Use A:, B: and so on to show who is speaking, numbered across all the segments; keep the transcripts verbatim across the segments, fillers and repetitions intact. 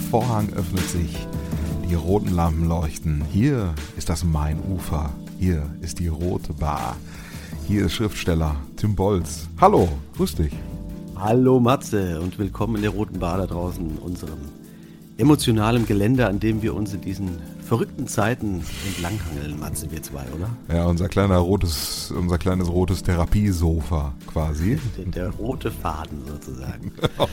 A: Vorhang öffnet sich, die roten Lampen leuchten. Hier ist das Mainufer, hier ist die Rote Bar. Hier ist Schriftsteller Tim Bolz. Hallo, grüß dich.
B: Hallo Matze und willkommen in der Roten Bar da draußen, unserem emotionalen Gelände, an dem wir uns in diesen verrückten Zeiten entlanghangeln, Matze, wir zwei, oder?
A: Ja, unser kleiner rotes, unser kleines rotes Therapiesofa quasi.
B: Der, der rote Faden sozusagen.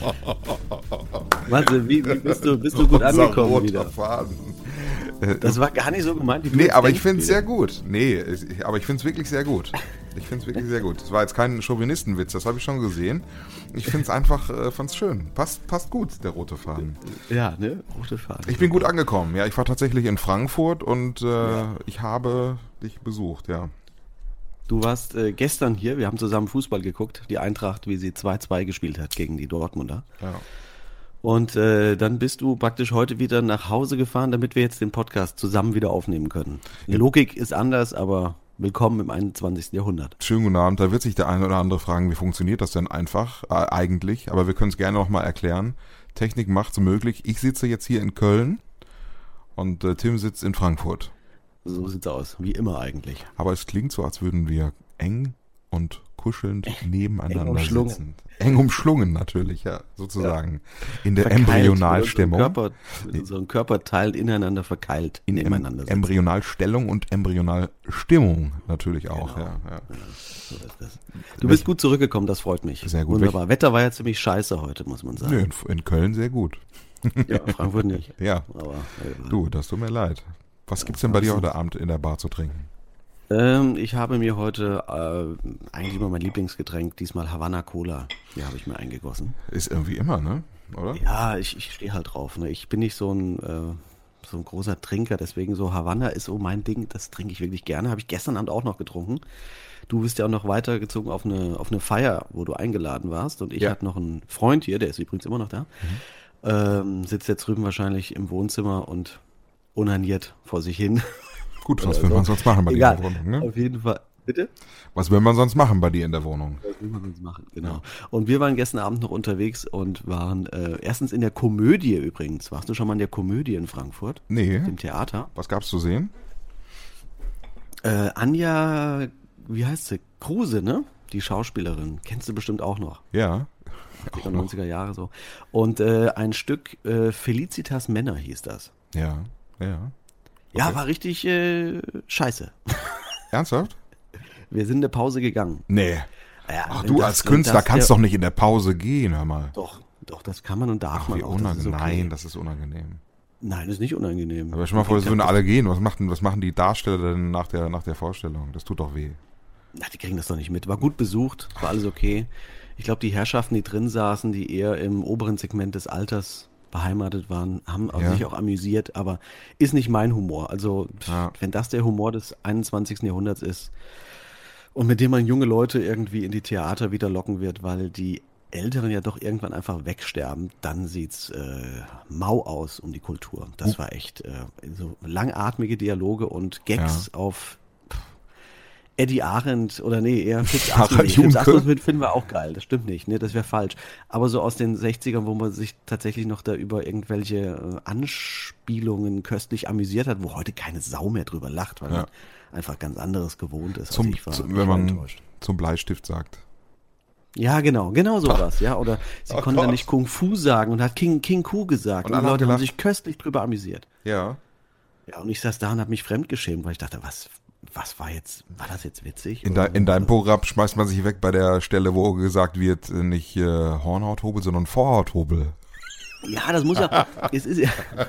B: Matze, wie, wie bist du, bist du gut
A: unser
B: angekommen
A: roter
B: wieder?
A: Faden.
B: Das war gar nicht so gemeint.
A: Nee, aber ich finde es sehr gut. Nee, ich, aber ich finde es wirklich sehr gut. Ich finde es wirklich sehr gut. Das war jetzt kein Chauvinistenwitz, das habe ich schon gesehen. Ich finde es einfach, äh, fand's schön. Passt, passt gut, der rote Faden.
B: Ja, ne? Rote Faden.
A: Ich bin gut angekommen. Ja, ich war tatsächlich in Frankfurt und äh, ja. ich habe dich besucht, ja.
B: Du warst äh, gestern hier, wir haben zusammen Fußball geguckt, die Eintracht, wie sie zwei zwei gespielt hat gegen die Dortmunder.
A: Ja.
B: Und äh, dann bist du praktisch heute wieder nach Hause gefahren, damit wir jetzt den Podcast zusammen wieder aufnehmen können. Die Logik ist anders, aber willkommen im einundzwanzigsten Jahrhundert.
A: Schönen guten Abend. Da wird sich der eine oder andere fragen, wie funktioniert das denn einfach äh, eigentlich? Aber wir können es gerne nochmal erklären. Technik macht es möglich. Ich sitze jetzt hier in Köln und äh, Tim sitzt in Frankfurt.
B: So sieht's aus, wie immer eigentlich.
A: Aber es klingt so, als würden wir eng und kuschelnd nebeneinander
B: eng umschlungen.
A: sitzen. Eng umschlungen natürlich, ja, sozusagen. Ja. In der
B: Verkeilt,
A: Embryonalstimmung.
B: Mit unseren, Körper, mit unseren Körperteilen ineinander verkeilt.
A: In
B: nebeneinander
A: em- Embryonalstellung und Embryonalstimmung natürlich auch.
B: Genau.
A: Ja, ja.
B: Ja, so ist das. Du bist gut zurückgekommen, das freut mich.
A: Sehr gut.
B: Wunderbar. Wetter war ja ziemlich scheiße heute, muss man sagen.
A: Nö, in, in Köln sehr gut.
B: Ja, Frankfurt nicht.
A: Ja,
B: aber, äh,
A: du, das tut mir leid. Was
B: ja,
A: gibt's denn bei dir heute Abend in der Bar zu trinken?
B: Ähm, ich habe mir heute äh, eigentlich immer mein Lieblingsgetränk, diesmal Havanna Cola. Die habe ich mir eingegossen.
A: Ist irgendwie immer, ne? Oder?
B: Ja, ich, ich stehe halt drauf. Ne? Ich bin nicht so ein, äh, so ein großer Trinker, deswegen so Havanna ist so mein Ding. Das trinke ich wirklich gerne. Habe ich gestern Abend auch noch getrunken. Du bist ja auch noch weitergezogen auf eine, auf eine Feier, wo du eingeladen warst. Und ich
A: Ja.
B: hatte noch einen Freund hier, der ist übrigens immer noch da. Mhm. Ähm, sitzt jetzt drüben wahrscheinlich im Wohnzimmer und onaniert vor sich hin.
A: Gut, was
B: Oder
A: will
B: so.
A: man sonst machen bei dir
B: Egal.
A: in der Wohnung, ne?
B: Auf jeden Fall. Bitte?
A: Was will man sonst machen bei dir in der Wohnung?
B: Was will man sonst machen, genau. Und wir waren gestern Abend noch unterwegs und waren äh, erstens in der Komödie übrigens. Warst du schon mal in der Komödie in Frankfurt?
A: Nee.
B: Im Theater?
A: Was gab's zu sehen?
B: Äh, Anja, wie heißt sie? Kruse, ne? Die Schauspielerin. Kennst du bestimmt auch noch.
A: Ja.
B: achtziger, neunziger Jahre so. Und äh, ein Stück äh, Felicitas Männer hieß das.
A: Ja, ja.
B: Ja,
A: Okay.
B: war richtig äh, scheiße.
A: Ernsthaft?
B: Wir sind in der Pause gegangen.
A: Nee.
B: Ja,
A: Ach,
B: wenn
A: du
B: das-
A: als
B: wenn
A: Künstler
B: das
A: kannst
B: der-
A: doch nicht in der Pause gehen, hör mal.
B: Doch, doch, das kann man und darf
A: Ach,
B: man
A: wie
B: auch. Das ist
A: unangenehm.
B: okay.
A: Nein, das ist unangenehm.
B: Nein, ist nicht unangenehm.
A: Aber stell mal vor, es würden alle gehen. Was machen, was machen die Darsteller denn nach der, nach der Vorstellung? Das tut doch weh.
B: Na, die kriegen das doch nicht mit. War gut besucht, war alles okay. Ich glaube, die Herrschaften, die drin saßen, die eher im oberen Segment des Alters beheimatet waren, haben
A: Ja.
B: sich auch amüsiert, aber ist nicht mein Humor. Also,
A: Ja.
B: wenn das der Humor des einundzwanzigsten Jahrhunderts ist und mit dem man junge Leute irgendwie in die Theater wieder locken wird, weil die Älteren ja doch irgendwann einfach wegsterben, dann sieht's äh, mau aus um die Kultur. Das
A: Uh.
B: war echt äh, so langatmige Dialoge und Gags auf pff, Eddie Arendt oder nee, eher Fritz
A: Harald
B: Asmus. Fritz
A: Junke.
B: Asmus finden wir auch geil, das stimmt nicht, ne, das wäre falsch. Aber so aus den sechzigern, wo man sich tatsächlich noch da über irgendwelche äh, Anspielungen köstlich amüsiert hat, wo heute keine Sau mehr drüber lacht, weil
A: Ja.
B: man einfach ganz anderes gewohnt ist.
A: Zum,
B: also ich war,
A: zum,
B: ich
A: wenn
B: war
A: man
B: enttäuscht.
A: zum Bleistift sagt.
B: Ja, genau, genau sowas, ja. Oder sie
A: Oh
B: konnte dann
A: Gott.
B: nicht Kung Fu sagen und hat King, King Ku gesagt.
A: Und
B: Und,
A: alle
B: die
A: haben
B: Leute haben
A: gelacht.
B: sich köstlich drüber amüsiert.
A: Ja.
B: Ja, und ich saß da und habe mich fremdgeschämt, weil ich dachte, was, was war jetzt, war das jetzt witzig?
A: In,
B: Oder-
A: de, in deinem Programm schmeißt man sich weg bei der Stelle, wo gesagt wird, äh, nicht äh, Hornhauthobel, sondern Vorhauthobel.
B: Ja, das muss ja, es ist ja,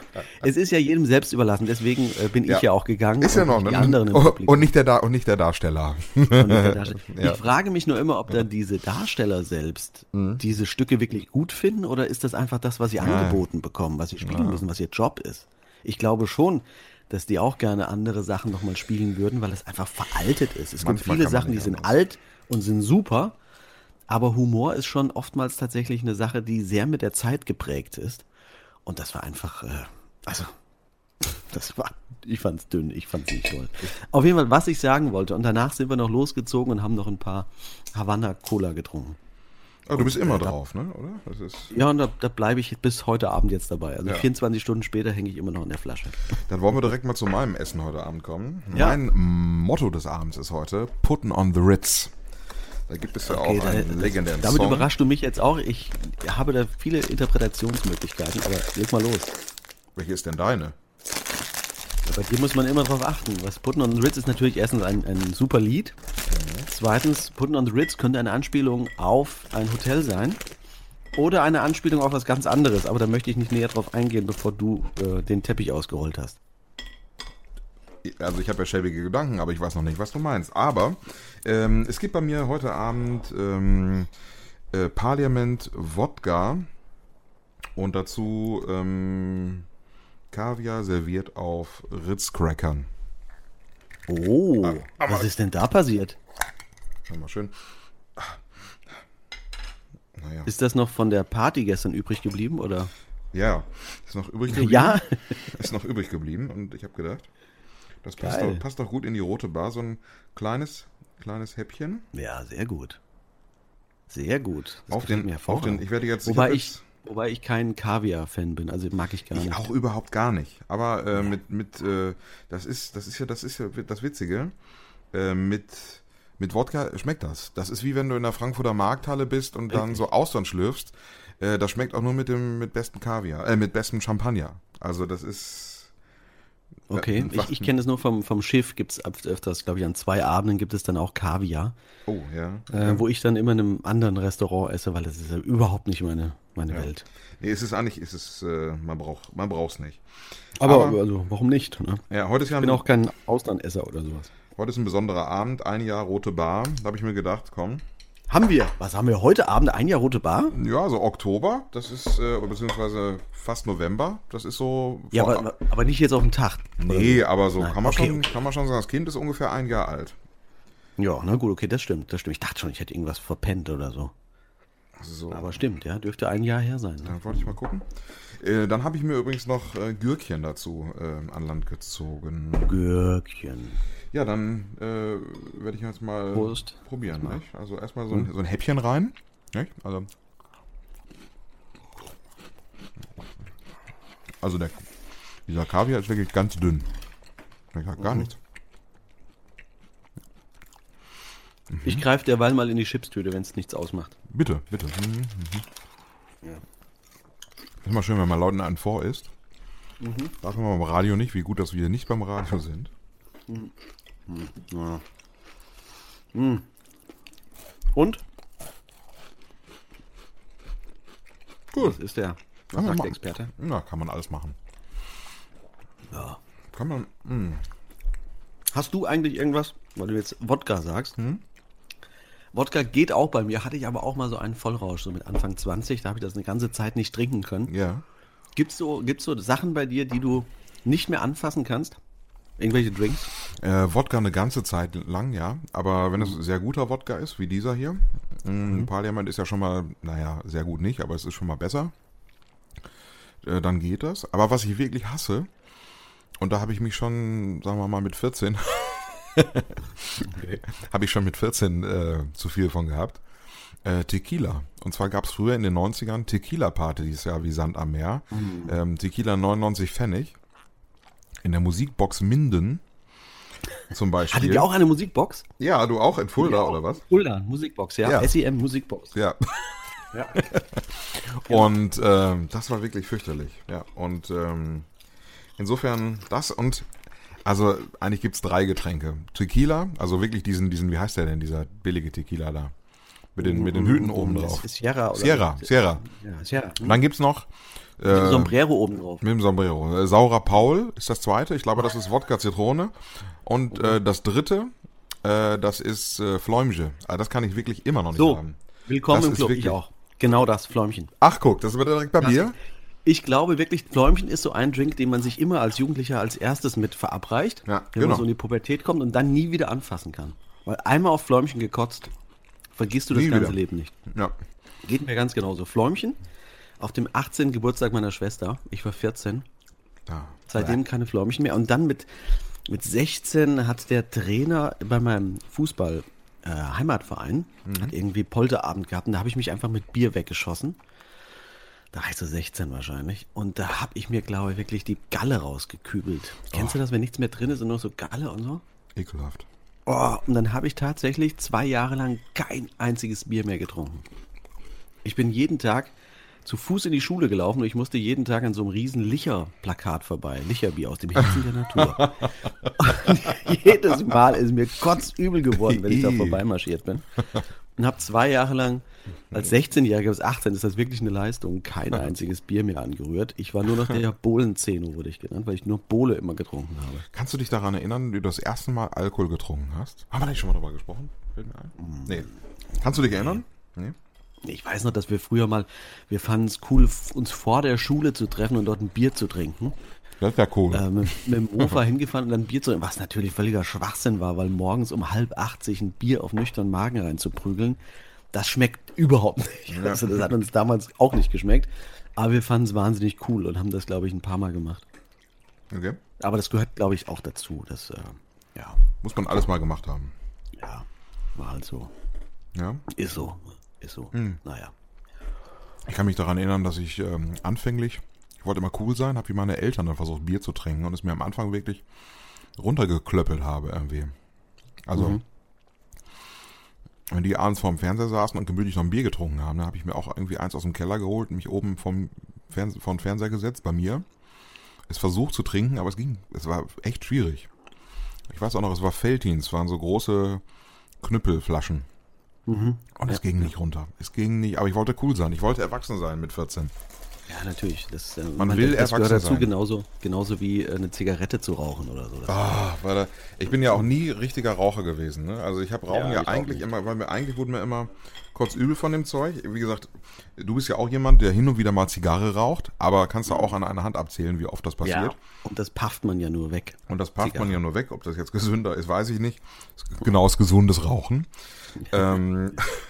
B: es ist ja jedem selbst überlassen. Deswegen äh, bin
A: Ja.
B: ich ja auch gegangen.
A: Ist ja
B: und
A: noch,
B: nicht
A: ne?
B: die anderen im
A: und,
B: Publikum.
A: und, nicht der da und nicht der Darsteller.
B: Und nicht der Darsteller.
A: Ja.
B: Ich frage mich nur immer, ob dann diese Darsteller selbst
A: Mhm.
B: diese Stücke wirklich gut finden oder ist das einfach das, was sie angeboten bekommen, was sie spielen müssen, was ihr Job ist. Ich glaube schon, dass die auch gerne andere Sachen nochmal spielen würden, weil es einfach veraltet ist. Es gibt
A: Manchmal
B: viele
A: kann man
B: Sachen, die
A: nicht
B: sind
A: anders.
B: alt und sind super, aber Humor ist schon oftmals tatsächlich eine Sache, die sehr mit der Zeit geprägt ist. Und das war einfach, äh, also, das war, ich fand's dünn, ich fand's nicht toll. Auf jeden Fall, was ich sagen wollte, und danach sind wir noch losgezogen und haben noch ein paar Havanna Cola getrunken.
A: Oh, du bist
B: Und,
A: immer
B: äh, da-
A: drauf, ne? Oder? Das ist,
B: Ja, und da, da bleibe ich bis heute Abend jetzt dabei. Also
A: Ja.
B: vierundzwanzig Stunden später hänge ich immer noch in der Flasche.
A: dann wollen wir direkt mal zu meinem Essen heute Abend kommen.
B: Ja.
A: Mein Motto des Abends ist heute Puttin' on the Ritz. Da gibt es ja
B: Okay,
A: auch
B: da-
A: einen
B: das-
A: legendären
B: Damit
A: Song.
B: überraschst du mich jetzt auch. Ich habe da viele Interpretationsmöglichkeiten, aber leg mal los.
A: Welche ist denn deine?
B: Bei dir muss man immer drauf achten. Was Puttin' on the Ritz ist natürlich erstens ein, ein super Lied. Zweitens, Puttin' on the Ritz könnte eine Anspielung auf ein Hotel sein. Oder eine Anspielung auf was ganz anderes. Aber da möchte ich nicht näher drauf eingehen, bevor du äh, den Teppich ausgerollt hast.
A: Also ich habe ja schäbige Gedanken, aber ich weiß noch nicht, was du meinst. Aber ähm, es gibt bei mir heute Abend ähm, äh, Parliament Wodka und dazu ähm, Kaviar serviert auf Ritz-Crackern.
B: Oh,
A: aber-
B: was ist denn da passiert?
A: Schau mal schön. Naja.
B: Ist das noch von der Party gestern übrig geblieben, oder?
A: Ja, ist noch übrig geblieben.
B: Ja?
A: Ist noch übrig geblieben und ich habe gedacht, das passt
B: Geil.
A: doch, passt doch gut in die rote Bar, so ein kleines, kleines Häppchen.
B: Ja, sehr gut. Sehr gut. Das
A: Auf
B: gefällt
A: den,
B: mir
A: auf
B: hervorragend.
A: den, ich werde jetzt,
B: Wobei
A: hab
B: ich, wobei ich kein Kaviar-Fan bin, also mag ich gar
A: Ich
B: nicht.
A: auch überhaupt gar nicht. Aber äh, mit, mit äh, das ist, das ist ja, das ist ja das Witzige. Äh, mit, mit Wodka schmeckt das. Das ist wie wenn du in der Frankfurter Markthalle bist und dann so Austern schlürfst. Äh, das schmeckt auch nur mit dem mit bestem Kaviar, äh, mit bestem Champagner. Also das ist.
B: Okay,
A: Ja,
B: ich, ich kenne es nur vom, vom Schiff, gibt es öfters, glaube ich, an zwei Abenden gibt es dann auch Kaviar,
A: Oh ja.
B: äh, wo ich dann immer in einem anderen Restaurant esse, weil das ist ja überhaupt nicht meine, meine
A: Ja.
B: Welt.
A: Nee, es ist eigentlich, es ist, äh, man braucht, man braucht's nicht.
B: Aber,
A: Aber-
B: also, warum nicht? Ne?
A: Ja, heute ist ja
B: Ich
A: ein,
B: bin auch kein Austernnesser oder sowas.
A: heute ist ein besonderer Abend, ein Jahr rote Bar. Da habe ich mir gedacht, komm.
B: Haben wir? Was haben wir heute Abend? Ein Jahr Rote Bar?
A: Ja, so Oktober, das ist, äh, beziehungsweise fast November, das ist so.
B: Ja,
A: vor-
B: aber, aber nicht jetzt auf den Tag.
A: Nee, aber so
B: Nein,
A: kann man,
B: okay,
A: schon,
B: okay.
A: kann man schon sagen, das Kind ist ungefähr ein Jahr alt.
B: Ja, na gut, okay, das stimmt, das stimmt. Ich dachte schon, ich hätte irgendwas verpennt oder so.
A: Also so,
B: Aber stimmt, ja, dürfte ein Jahr her sein. Ne?
A: dann wollte ich mal gucken. Äh, dann habe ich mir übrigens noch äh, Gürkchen dazu äh, an Land gezogen.
B: Gürkchen.
A: Ja, dann äh, werde ich jetzt mal
B: Prost.
A: probieren.
B: Mal.
A: Nicht? Also erstmal so, ein- so ein Häppchen rein. Nicht? Also, also der, dieser Kaviar ist wirklich ganz dünn. Der hat gar
B: Mhm.
A: nichts.
B: Ich greife derweil mal in die Chipstüte, wenn es nichts ausmacht.
A: Bitte, bitte. Mhm, mhm.
B: Ja.
A: Ist immer schön, wenn man Leuten einen vor isst.
B: Mhm.
A: Sagen wir mal beim Radio nicht, wie gut, dass wir nicht beim Radio sind.
B: Ja. Hm. Und?
A: Gut.
B: Was ist der?
A: Kann
B: Was
A: man
B: sagt
A: ma-
B: der Experte?
A: Na, kann man alles machen.
B: Ja.
A: Kann man. Mh.
B: Hast du eigentlich irgendwas, weil du jetzt Wodka sagst?
A: Hm?
B: Wodka geht auch bei mir, hatte ich aber auch mal so einen Vollrausch, so mit Anfang zwanzig, da habe ich das eine ganze Zeit nicht trinken können.
A: Ja.
B: Gibt's so, gibt's so Sachen bei dir, die du nicht mehr anfassen kannst? Irgendwelche Drinks?
A: Äh, Wodka eine ganze Zeit lang, ja. Aber wenn es sehr guter Wodka ist, wie dieser hier, mhm. Parliament ist ja schon mal, naja, sehr gut nicht, aber es ist schon mal besser. Äh, dann geht das. Aber was ich wirklich hasse, und da habe ich mich schon, sagen wir mal, mit vierzehn,
B: Okay.
A: habe ich schon mit vierzehn äh, zu viel von gehabt. Äh, Tequila. Und zwar gab es früher in den neunzigern Tequila-Partys, ja, wie Sand am Meer.
B: Mhm.
A: Ähm, Tequila neunundneunzig Pfennig. In der Musikbox Minden zum Beispiel.
B: Hattet ihr auch eine Musikbox?
A: Ja, du auch in Fulda
B: Ja,
A: oder was?
B: Fulda, Musikbox, ja.
A: Ja.
B: S E M Musikbox.
A: Ja.
B: Ja.
A: Und ähm, das war wirklich fürchterlich. Ja. Und ähm, insofern das und also eigentlich gibt's drei Getränke. Tequila, also wirklich diesen, diesen, wie heißt der denn, dieser billige Tequila da? Mit den, mit den Hüten oben drauf.
B: Sierra oder
A: Sierra, Sierra.
B: Ja, Sierra.
A: Und dann gibt's noch
B: Mit dem
A: äh,
B: Sombrero oben drauf.
A: mit dem Sombrero. Äh, Saurer Paul ist das zweite. Ich glaube, das ist Wodka Zitrone. Und äh, das dritte, äh, das ist äh, Fläumche. Also das kann ich wirklich immer noch nicht
B: So,
A: haben.
B: willkommen
A: Das
B: im
A: ist
B: Club,
A: wirklich-
B: ich auch. Genau das, Fläumchen.
A: Ach, guck, das wird direkt bei mir.
B: Ich glaube wirklich, Fläumchen ist so ein Drink, den man sich immer als Jugendlicher als erstes mit verabreicht,
A: Ja,
B: wenn
A: genau.
B: man so in die Pubertät kommt und dann nie wieder anfassen kann. Weil einmal auf Fläumchen gekotzt, vergisst du das
A: Nie
B: ganze
A: wieder.
B: Leben nicht.
A: Ja.
B: Geht mir ganz genauso. Fläumchen auf dem achtzehnten Geburtstag meiner Schwester, ich war vierzehn,
A: Da.
B: seitdem keine Fläumchen mehr. Und dann mit, mit sechzehn hat der Trainer bei meinem Fußball äh, Heimatverein, mhm. hat irgendwie Polterabend gehabt und da habe ich mich einfach mit Bier weggeschossen. Da war ich so sechzehn wahrscheinlich. Und da habe ich mir, glaube ich, wirklich die Galle rausgekübelt. Oh. Kennst du das, wenn nichts mehr drin ist und nur so Galle und so?
A: Ekelhaft.
B: Oh, und dann habe ich tatsächlich zwei Jahre lang kein einziges Bier mehr getrunken. Ich bin jeden Tag zu Fuß in die Schule gelaufen und ich musste jeden Tag an so einem riesen Licher-Plakat vorbei. Licherbier aus dem Herzen der Natur. Und jedes Mal ist mir kotzübel geworden, wenn ich da vorbeimarschiert bin. Und habe zwei Jahre lang, als sechzehnjähriger bis achtzehn, ist das wirklich eine Leistung, kein einziges Bier mehr angerührt. Ich war nur noch der Bohlenzeno, wurde ich genannt, weil ich nur Bohle immer getrunken habe.
A: Kannst du dich daran erinnern, wie du das erste Mal Alkohol getrunken hast? Haben wir nicht schon mal darüber gesprochen? Fällt mir ein. Nee. Kannst du dich erinnern? Nee.
B: Ich weiß noch, dass wir früher mal, wir fanden es cool, uns vor der Schule zu treffen und dort ein Bier zu trinken.
A: Das ist ja cool.
B: Äh, mit, mit dem Mofa hingefahren und dann Bier zu trinken, was natürlich völliger Schwachsinn war, weil morgens um halb acht sich ein Bier auf nüchternen Magen reinzuprügeln, das schmeckt überhaupt nicht. Ja. Also das hat uns damals auch nicht geschmeckt, aber wir fanden es wahnsinnig cool und haben das, glaube ich, ein paar Mal gemacht.
A: Okay.
B: Aber das gehört, glaube ich, auch dazu. Das, äh, ja.
A: Muss man alles mal gemacht haben.
B: Ja, war halt so.
A: Ja.
B: Ist so. Ist so.
A: Hm.
B: Naja.
A: Ich kann mich daran erinnern, dass ich ähm, anfänglich, ich wollte immer cool sein, habe wie meine Eltern dann versucht, Bier zu trinken und es mir am Anfang wirklich runtergeklöppelt habe irgendwie. Also, mhm. wenn die abends vorm Fernseher saßen und gemütlich noch ein Bier getrunken haben, dann habe ich mir auch irgendwie eins aus dem Keller geholt und mich oben vom Fernse- vor den Fernseher gesetzt, bei mir. Es versucht zu trinken, aber es ging, es war echt schwierig. Ich weiß auch noch, es war Veltins, es waren so große Knüppelflaschen. Mhm. Und es ja. ging nicht runter. Es ging nicht, aber ich wollte cool sein. Ich wollte erwachsen sein mit vierzehn.
B: Ja, natürlich. Das, äh,
A: man, man will das erwachsen
B: dazu
A: sein.
B: Genauso, genauso wie äh, eine Zigarette zu rauchen oder so.
A: Ah, weil da, ich bin ja auch nie richtiger Raucher gewesen. Ne? Also ich habe Rauchen ja, ja eigentlich immer, weil mir eigentlich wurde mir immer kurz übel von dem Zeug. Wie gesagt, du bist ja auch jemand, der hin und wieder mal Zigarre raucht, aber kannst du auch an einer Hand abzählen, wie oft das passiert.
B: Ja, und das pafft man ja nur weg.
A: Und das pafft Zigarre. man ja nur weg. Ob das jetzt gesünder ist, weiß ich nicht. Genau, ist gesundes Rauchen. ähm...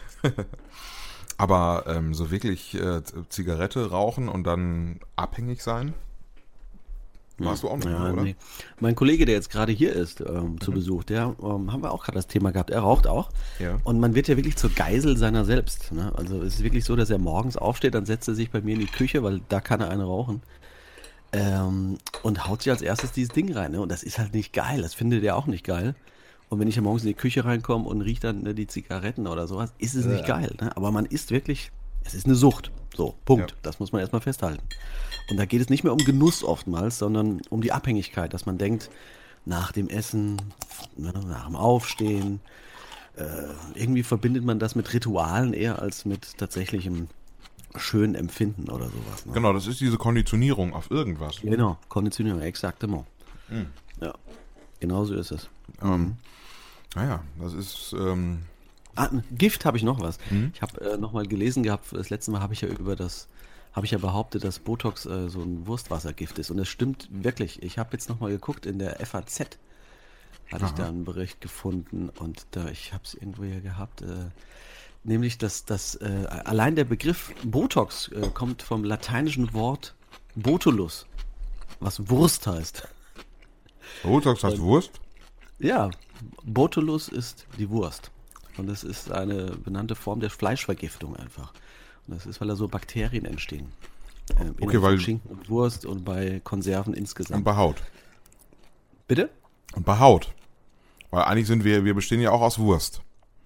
A: Aber ähm, so wirklich äh, Zigarette rauchen und dann abhängig sein, warst du auch nicht,
B: ja,
A: mehr, oder?
B: Nee. Mein Kollege, der jetzt gerade hier ist ähm, mhm. zu Besuch, der ähm, haben wir auch gerade das Thema gehabt. Er raucht auch.
A: Ja.
B: Und man wird ja wirklich zur Geisel seiner selbst. Ne? Also es ist wirklich so, dass er morgens aufsteht, dann setzt er sich bei mir in die Küche, weil da kann er eine rauchen. Ähm, und haut sich als erstes dieses Ding rein. Ne? Und das ist halt nicht geil. Das findet er auch nicht geil. Und wenn ich ja morgens in die Küche reinkomme und rieche dann ne, die Zigaretten oder sowas, ist es ja. nicht geil. Ne? Aber man isst wirklich, es ist eine Sucht. So, Punkt. Ja. Das muss man erstmal festhalten. Und da geht es nicht mehr um Genuss oftmals, sondern um die Abhängigkeit, dass man denkt, nach dem Essen, ne, nach dem Aufstehen, äh, irgendwie verbindet man das mit Ritualen eher als mit tatsächlichem schönen Empfinden oder sowas. Ne?
A: Genau, das ist diese Konditionierung auf irgendwas.
B: Genau, Konditionierung, exaktement. Mhm. Ja, genau so ist es.
A: Ähm, naja, das ist... Ähm
B: ah, Gift habe ich noch was.
A: Mhm.
B: Ich habe äh, noch mal gelesen gehabt, das letzte Mal habe ich ja über das, habe ich ja behauptet, dass Botox äh, so ein Wurstwassergift ist. Und das stimmt wirklich. Ich habe jetzt noch mal geguckt, in der F A Z hatte Aha. ich da einen Bericht gefunden und da, ich habe es irgendwo hier gehabt, äh, nämlich, dass das äh, allein der Begriff Botox äh, kommt vom lateinischen Wort Botulus, was Wurst heißt.
A: Botox heißt Wurst?
B: Ja, Botulus ist die Wurst. Und das ist eine benannte Form der Fleischvergiftung einfach. Und das ist, weil da so Bakterien entstehen. Ähm,
A: okay, weil
B: Schinken und Wurst und bei Konserven insgesamt.
A: Und bei Haut.
B: Bitte?
A: Und bei Haut. Weil eigentlich sind wir, wir bestehen ja auch aus Wurst.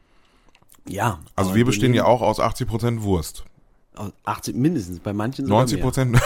B: Ja.
A: Also wir bestehen ja auch aus achtzig Prozent Wurst.
B: Aus achtzig mindestens, bei manchen sogar
A: neunzig Prozent.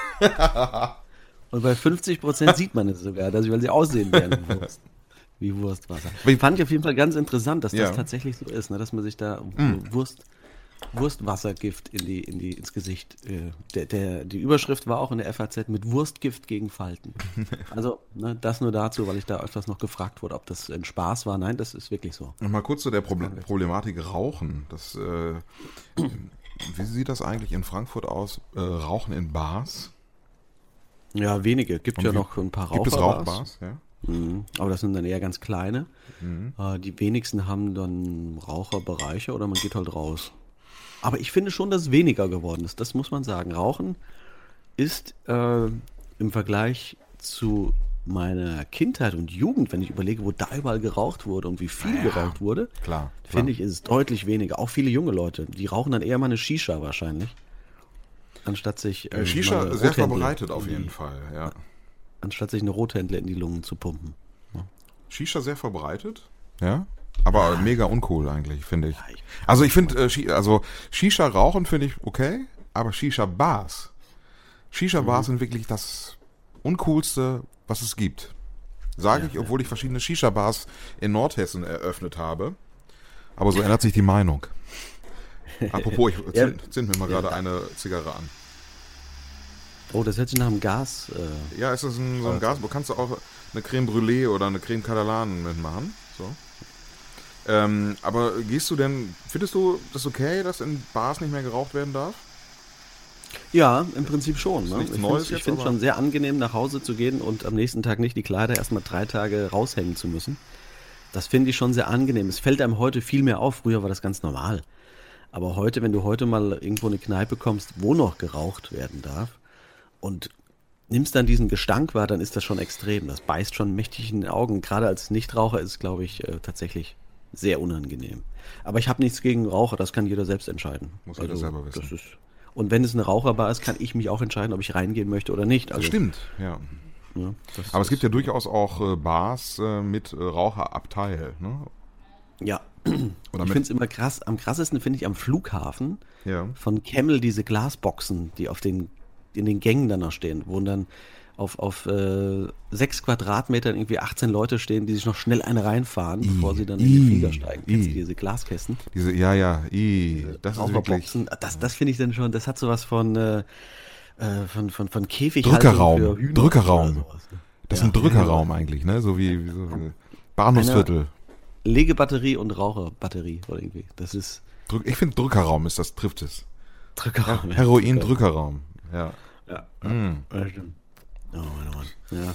B: Und bei fünfzig Prozent sieht man es sogar, dass, weil sie aussehen werden wie Wurst. Wie Wurstwasser. Ich fand ich auf jeden Fall ganz interessant, dass das ja. tatsächlich so ist, ne? Dass man sich da mm. Wurst, Wurstwassergift in die, in die, ins Gesicht. Äh, der, der, die Überschrift war auch in der F A Z mit Wurstgift gegen Falten. Also ne, das nur dazu, weil ich da öfters noch gefragt wurde, ob das ein Spaß war. Nein, das ist wirklich so.
A: Mal kurz zu der Problem- Problematik Rauchen. Das, äh, wie sieht das eigentlich in Frankfurt aus? Äh, Rauchen in Bars?
B: Ja, wenige. Gibt Und ja noch ein paar Raucherbars.
A: Gibt es Rauchbars, ja?
B: Mhm. Aber das sind dann eher ganz kleine. Mhm. Äh, die wenigsten haben dann Raucherbereiche oder man geht halt raus. Aber ich finde schon, dass es weniger geworden ist. Das muss man sagen. Rauchen ist äh, im Vergleich zu meiner Kindheit und Jugend, wenn ich überlege, wo da überall geraucht wurde und wie viel ja, geraucht wurde,
A: klar,
B: finde ich, ist es deutlich weniger. Auch viele junge Leute, die rauchen dann eher mal eine Shisha wahrscheinlich, anstatt sich
A: äh, Shisha sehr verbreitet auf jeden die, Fall, ja.
B: Anstatt sich eine Rothändle in die Lungen zu pumpen. Ja.
A: Shisha sehr verbreitet, ja. Aber ja. mega uncool eigentlich, finde ich. Also ich finde, äh, also Shisha rauchen finde ich okay, aber Shisha-Bars, Shisha-Bars mhm. sind wirklich das Uncoolste, was es gibt. Sage ja, ich, obwohl ja. ich verschiedene Shisha-Bars in Nordhessen eröffnet habe. Aber so ändert sich die Meinung. Apropos, ich ja. zünd, zünd mir mal ja. gerade eine Zigarre an.
B: Oh, das hört sich nach einem Gas... Äh,
A: ja, ist das ein, so ein Gas, wo kannst du auch eine Creme Brûlée oder eine Creme Catalane mitmachen. So. Ähm, aber gehst du denn, findest du das okay, dass in Bars nicht mehr geraucht werden darf?
B: Ja, im Prinzip schon. Ne?
A: Ich
B: finde es schon sehr angenehm, nach Hause zu gehen und am nächsten Tag nicht die Kleider erstmal drei Tage raushängen zu müssen. Das finde ich schon sehr angenehm. Es fällt einem heute viel mehr auf. Früher war das ganz normal. Aber heute, wenn du heute mal irgendwo eine Kneipe kommst, wo noch geraucht werden darf und nimmst dann diesen Gestank wahr, dann ist das schon extrem. Das beißt schon mächtig in den Augen. Gerade als Nichtraucher ist es, glaube ich, äh, tatsächlich sehr unangenehm. Aber ich habe nichts gegen Raucher, das kann jeder selbst entscheiden.
A: Muss jeder also, selber wissen.
B: Das ist, und wenn es eine Raucherbar ist, kann ich mich auch entscheiden, ob ich reingehen möchte oder nicht. Also,
A: das stimmt, ja. ja das Aber es gibt ja durchaus auch äh, Bars äh, mit äh, Raucherabteil, ne?
B: Ja. Oder ich finde es immer krass. Am krassesten finde ich am Flughafen
A: ja.
B: von Camel diese Glasboxen, die auf den, in den Gängen dann noch stehen, wo dann auf, auf äh, sechs Quadratmetern irgendwie achtzehn Leute stehen, die sich noch schnell eine reinfahren, I, bevor sie dann I, in den Flieger steigen. Kennst du diese Glaskästen?
A: Diese, ja, ja, I, das ist wirklich...
B: Das, das finde ich dann schon, das hat sowas von, äh, von, von, von Käfighaltung
A: Drückerraum,
B: für Hühner.
A: Drückerraum. Sowas, ne? Das ist ja, ein Drückerraum ja. eigentlich, ne? So wie, wie so wie Bahnhofsviertel.
B: Eine Legebatterie und Raucherbatterie oder irgendwie. Das ist...
A: Ich finde Drückerraum ist das, trifft es.
B: Drückerraum.
A: Ja, Heroin-Drückerraum, ja.
B: Ja,
A: mm.
B: ja stimmt. Oh Mann, oh Mann. Ja.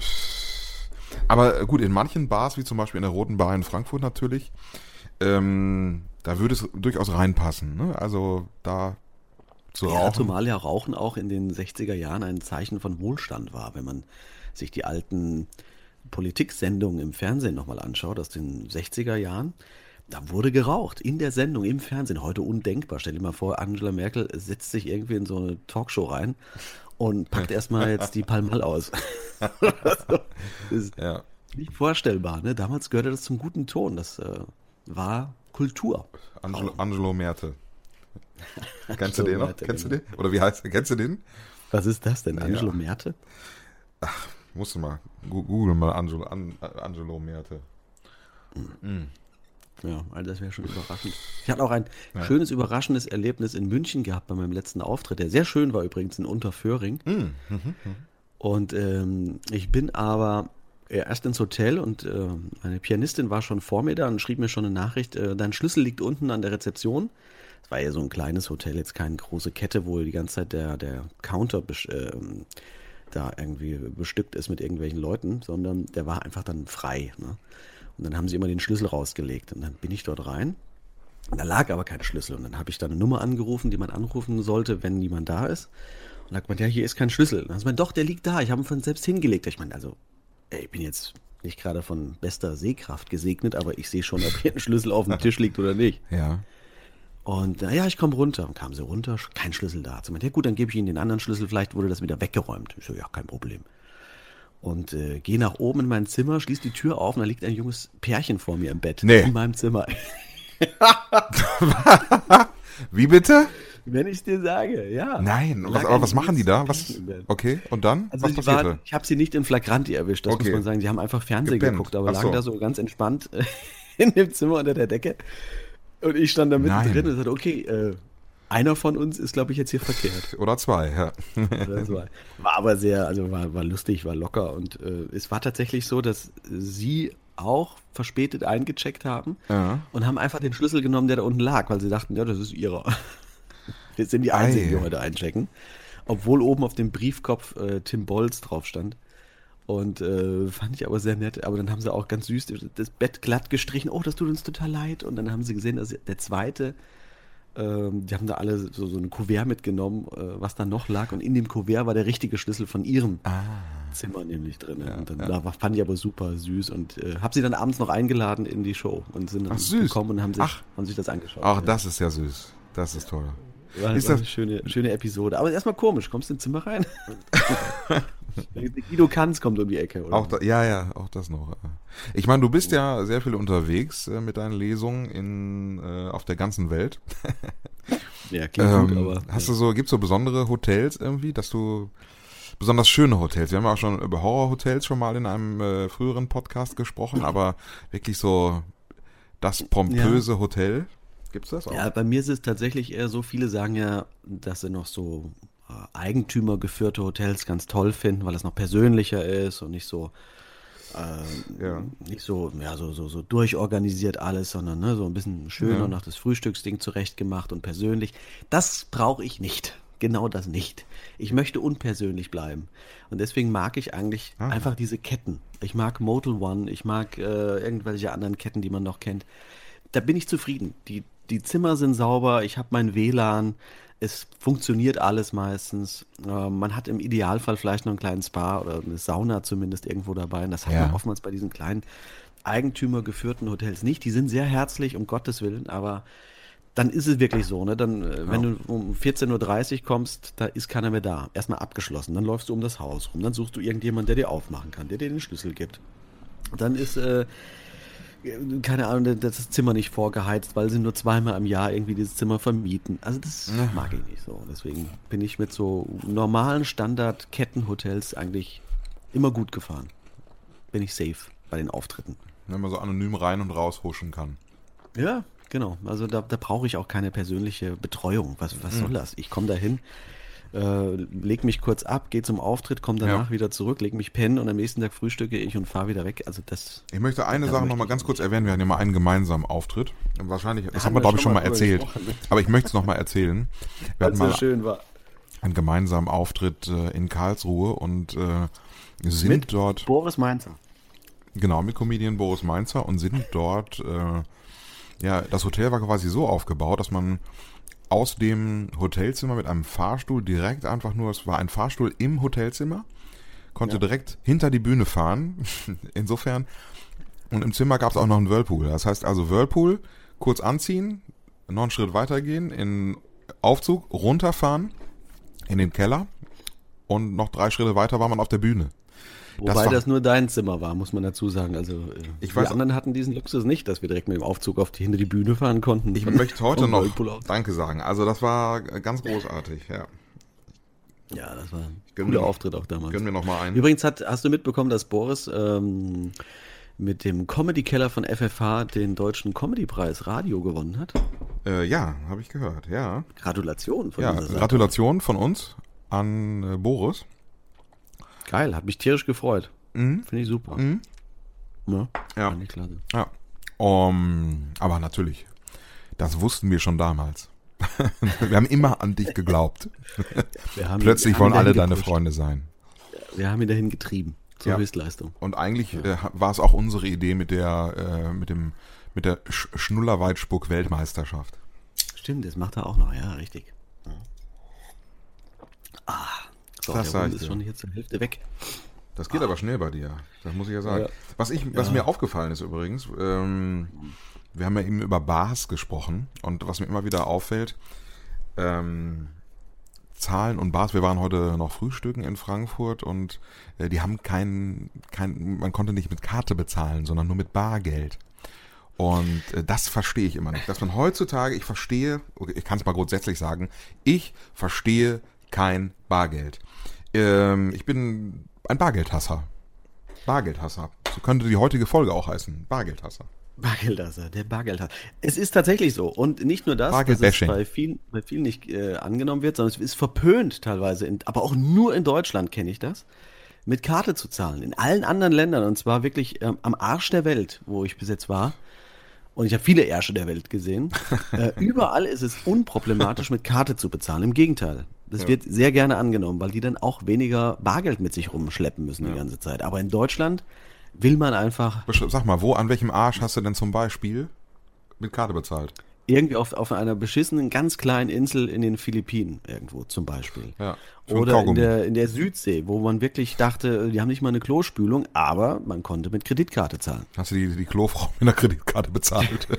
A: Aber gut, in manchen Bars, wie zum Beispiel in der Roten Bar in Frankfurt natürlich, ähm, da würde es durchaus reinpassen. Ne? Also da zu rauchen.
B: Ja, zumal ja Rauchen auch in den sechziger Jahren ein Zeichen von Wohlstand war, wenn man sich die alten Politiksendungen im Fernsehen nochmal anschaut, aus den sechziger Jahren. Da wurde geraucht, in der Sendung, im Fernsehen. Heute undenkbar. Stell dir mal vor, Angela Merkel setzt sich irgendwie in so eine Talkshow rein und packt erstmal jetzt die Palmal aus. Das ist
A: ja.
B: nicht vorstellbar. Ne? Damals gehörte das zum guten Ton. Das äh, war Kultur.
A: Angelo, Angelo Merte. Kennst du den noch? Kennst du den? Oder wie heißt der? Kennst du den?
B: Was ist das denn? Angelo
A: ja.
B: Merte?
A: Ach, musst du mal. Google mal Angelo, An, Angelo Merte.
B: Mhm. Ja, also das wäre schon überraschend. Ich hatte auch ein ja. schönes, überraschendes Erlebnis in München gehabt bei meinem letzten Auftritt, der sehr schön war übrigens in Unterföhring.
A: Mhm. Mhm.
B: Und ähm, ich bin aber erst ins Hotel und äh, meine Pianistin war schon vor mir da und schrieb mir schon eine Nachricht, äh, dein Schlüssel liegt unten an der Rezeption. Es war ja so ein kleines Hotel, jetzt keine große Kette, wo die ganze Zeit der, der Counter besch- äh, da irgendwie bestückt ist mit irgendwelchen Leuten, sondern der war einfach dann frei, ne? Und dann haben sie immer den Schlüssel rausgelegt und dann bin ich dort rein. Und da lag aber kein Schlüssel und dann habe ich da eine Nummer angerufen, die man anrufen sollte, wenn niemand da ist. Und dann sagt man, ja, hier ist kein Schlüssel. Und dann sagt man, doch, der liegt da, ich habe ihn von selbst hingelegt. Ich meine, also, ey, ich bin jetzt nicht gerade von bester Sehkraft gesegnet, aber ich sehe schon, ob hier ein Schlüssel auf dem Tisch liegt oder nicht.
A: Ja.
B: Und na ja, ich komme runter. Und kam sie runter, kein Schlüssel da. Sie meinte, ja gut, dann gebe ich Ihnen den anderen Schlüssel, vielleicht wurde das wieder weggeräumt. Ich so, ja, kein Problem. Und äh, gehe nach oben in mein Zimmer, schließe die Tür auf und da liegt ein junges Pärchen vor mir im Bett.
A: Nee.
B: In meinem Zimmer.
A: Wie bitte?
B: Wenn ich dir sage, ja.
A: Nein, was, aber was machen die da? Was? Okay, und dann?
B: Also
A: was passierte?
B: Waren, ich habe sie nicht in Flagranti erwischt, das okay. muss man sagen. Sie haben einfach Fernsehen
A: Gepennt.
B: geguckt, aber
A: Ach
B: lagen
A: so.
B: da so ganz entspannt in dem Zimmer unter der Decke. Und ich stand da mittendrin und sagte, okay, äh, einer von uns ist, glaube ich, jetzt hier verkehrt.
A: Oder zwei, ja.
B: Oder zwei. War aber sehr, also war, war lustig, war locker. Und äh, es war tatsächlich so, dass sie auch verspätet eingecheckt haben
A: ja.
B: und haben einfach den Schlüssel genommen, der da unten lag, weil sie dachten, ja, das ist ihrer. Wir sind die Einzigen, die heute einchecken. Obwohl oben auf dem Briefkopf äh, Tim Bolz drauf stand. Und äh, fand ich aber sehr nett. Aber dann haben sie auch ganz süß das Bett glatt gestrichen. Oh, das tut uns total leid. Und dann haben sie gesehen, dass der zweite Ähm, die haben da alle so, so ein Kuvert mitgenommen, äh, was da noch lag. Und in dem Kuvert war der richtige Schlüssel von ihrem
A: Ah.
B: Zimmer nämlich drin.
A: Ja,
B: und dann
A: ja.
B: da fand ich aber super süß. Und äh, habe sie dann abends noch eingeladen in die Show. Und sind dann
A: Ach, süß.
B: gekommen und haben sich,
A: Ach.
B: haben sich das angeschaut.
A: Ach,
B: ja.
A: das ist ja süß. Das ist toll.
B: War,
A: Ist
B: war
A: das-
B: eine schöne, schöne Episode. Aber erstmal komisch. Kommst du ins Zimmer rein? Guido Kanz kommt um die Ecke. Oder?
A: Auch da, ja, ja, auch das noch. Ich meine, du bist ja sehr viel unterwegs äh, mit deinen Lesungen in, äh, auf der ganzen Welt.
B: ja, klingt
A: Ähm,
B: gut, aber.
A: hast du so, gibt's so besondere Hotels irgendwie, dass du besonders schöne Hotels? Wir haben ja auch schon über Horrorhotels schon mal in einem äh, früheren Podcast gesprochen, aber wirklich so das pompöse Hotel, gibt's das auch?
B: Ja, bei mir ist es tatsächlich eher so, viele sagen ja, dass sie noch so äh, eigentümergeführte Hotels ganz toll finden, weil es noch persönlicher ist und nicht so äh,
A: Ja.
B: nicht so, ja, so, so, so durchorganisiert alles, sondern ne, so ein bisschen schöner
A: Ja.
B: noch das Frühstücksding zurechtgemacht und persönlich. Das brauche ich nicht. Genau das nicht. Ich möchte unpersönlich bleiben. Und deswegen mag ich eigentlich
A: Ah.
B: einfach diese Ketten. Ich mag Motel One, ich mag äh, irgendwelche anderen Ketten, die man noch kennt. Da bin ich zufrieden. Die, die Zimmer sind sauber, ich habe mein W L A N, es funktioniert alles meistens. Äh, man hat im Idealfall vielleicht noch einen kleinen Spa oder eine Sauna zumindest irgendwo dabei. Und das hat
A: Ja.
B: man oftmals bei diesen kleinen eigentümergeführten Hotels nicht. Die sind sehr herzlich, um Gottes Willen, aber dann ist es wirklich so, ne? Dann, äh, wenn
A: Ja.
B: du um vierzehn Uhr dreißig kommst, da ist keiner mehr da. Erstmal abgeschlossen. Dann läufst du um das Haus rum. Dann suchst du irgendjemanden, der dir aufmachen kann, der dir den Schlüssel gibt. Dann ist, äh, keine Ahnung, das Zimmer nicht vorgeheizt, weil sie nur zweimal im Jahr irgendwie dieses Zimmer vermieten. Also das
A: Ja.
B: mag ich nicht so. Deswegen bin ich mit so normalen Standard-Kettenhotels eigentlich immer gut gefahren. Bin ich safe bei den Auftritten.
A: Wenn man so anonym rein und raus huschen kann.
B: Ja, genau. Also da, da brauche ich auch keine persönliche Betreuung. Was, was soll das? Ich komme da hin, äh, leg mich kurz ab, gehe zum Auftritt, komme danach
A: Ja.
B: wieder zurück, leg mich pennen und am nächsten Tag frühstücke ich und fahre wieder weg. Also das...
A: Ich möchte eine
B: Da
A: Sache
B: möchte
A: nochmal
B: ich
A: ganz
B: nicht.
A: kurz erwähnen. Wir hatten ja mal einen gemeinsamen Auftritt. Und wahrscheinlich, das
B: haben
A: haben wir,
B: wir
A: glaube ich,
B: schon
A: schon
B: mal
A: mal
B: drüber
A: erzählt.
B: gesprochen, ne?
A: Aber ich möchte es nochmal erzählen. Wir
B: Weil
A: hatten
B: es so
A: mal
B: schön war.
A: einen gemeinsamen Auftritt äh, in Karlsruhe und äh, sind
B: Mit
A: dort,
B: Boris Mainzer.
A: genau, mit Comedian Boris Mainzer und sind dort, äh, ja, das Hotel war quasi so aufgebaut, dass man aus dem Hotelzimmer mit einem Fahrstuhl direkt einfach nur, es war ein Fahrstuhl im Hotelzimmer, konnte
B: Ja.
A: direkt hinter die Bühne fahren. Insofern, und im Zimmer gab es auch noch einen Whirlpool. Das heißt also Whirlpool, kurz anziehen, noch einen Schritt weitergehen, in Aufzug, runterfahren, in den Keller und noch drei Schritte weiter war man auf der Bühne.
B: Wobei
A: war-
B: das nur dein Zimmer war, muss man dazu sagen. Also äh,
A: Ich
B: die
A: weiß-
B: anderen hatten diesen Luxus nicht, dass wir direkt mit dem Aufzug auf die, hinter die Bühne fahren konnten.
A: Ich möchte heute
B: Vom
A: noch
B: Whirlpool aus.
A: Danke sagen. Also das war ganz großartig. Ja.
B: Ja, das war ein
A: gönn
B: cooler
A: mir-
B: Auftritt auch damals.
A: Gönnen wir noch mal einen.
B: Übrigens hat, hast du mitbekommen, dass Boris ähm, mit dem Comedy-Keller von F F H den deutschen Comedy-Preis Radio gewonnen hat?
A: Äh, ja, habe ich gehört. Ja.
B: Gratulation von
A: Ja,
B: dieser Seite.
A: Gratulation von uns an äh, Boris.
B: Geil, hat mich tierisch gefreut.
A: Mhm.
B: Finde ich super.
A: Mhm.
B: Ja,
A: Ja.
B: fand ich klasse.
A: Ja. Um, aber natürlich, das wussten wir schon damals. Wir haben immer an dich geglaubt.
B: Wir haben,
A: Plötzlich
B: wir
A: wollen
B: haben ihn
A: alle
B: dahin
A: deine
B: gepusht.
A: Freunde sein.
B: Wir haben ihn dahin getrieben. Zur
A: Ja.
B: Höchstleistung.
A: Und eigentlich äh, war es auch unsere Idee mit der, äh, mit dem, mit der Sch Schnullerweitspuck-Weltmeisterschaft.
B: Stimmt, das macht er auch noch, ja, richtig. Ah, so,
A: Das
B: der
A: sag
B: Hund
A: ich
B: ist
A: dir.
B: schon hier zur Hälfte weg.
A: Das geht aber schnell bei dir. Das muss ich ja sagen.
B: Ja.
A: Was ich, was
B: Ja.
A: mir aufgefallen ist übrigens, ähm, wir haben ja eben über Bars gesprochen und was mir immer wieder auffällt, ähm, Zahlen und Bars, wir waren heute noch frühstücken in Frankfurt und äh, die haben kein, kein, man konnte nicht mit Karte bezahlen, sondern nur mit Bargeld. Und äh, das verstehe ich immer nicht. Dass man heutzutage, ich verstehe, okay, ich kann es mal grundsätzlich sagen, ich verstehe kein Bargeld. Ähm, ich bin ein Bargeldhasser. Bargeldhasser. So könnte die heutige Folge auch heißen. Bargeldhasser.
B: Bargeldhasser, der Bargeldhasser. Es ist tatsächlich so. Und nicht nur das, dass es
A: Bargeldbashing.
B: bei vielen, bei vielen nicht äh, angenommen wird, sondern es ist verpönt teilweise, in, aber auch nur in Deutschland kenne ich das, mit Karte zu zahlen. In allen anderen Ländern, und zwar wirklich ähm, am Arsch der Welt, wo ich bis jetzt war, und ich habe viele Ärsche der Welt gesehen, äh, überall ist es unproblematisch, mit Karte zu bezahlen. Im Gegenteil. Das
A: Ja.
B: wird sehr gerne angenommen, weil die dann auch weniger Bargeld mit sich rumschleppen müssen
A: Ja.
B: die ganze Zeit. Aber in Deutschland will man einfach
A: Besch- Sag mal, wo, an welchem Arsch hast du denn zum Beispiel mit Karte bezahlt?
B: Irgendwie auf, auf einer beschissenen, ganz kleinen Insel in den Philippinen irgendwo zum Beispiel.
A: Ja, für ein
B: Oder in
A: Kaugummi.
B: der, in der Südsee, wo man wirklich dachte, die haben nicht mal eine Klospülung, aber man konnte mit Kreditkarte zahlen.
A: Hast du die, die Klofrau mit einer Kreditkarte bezahlt?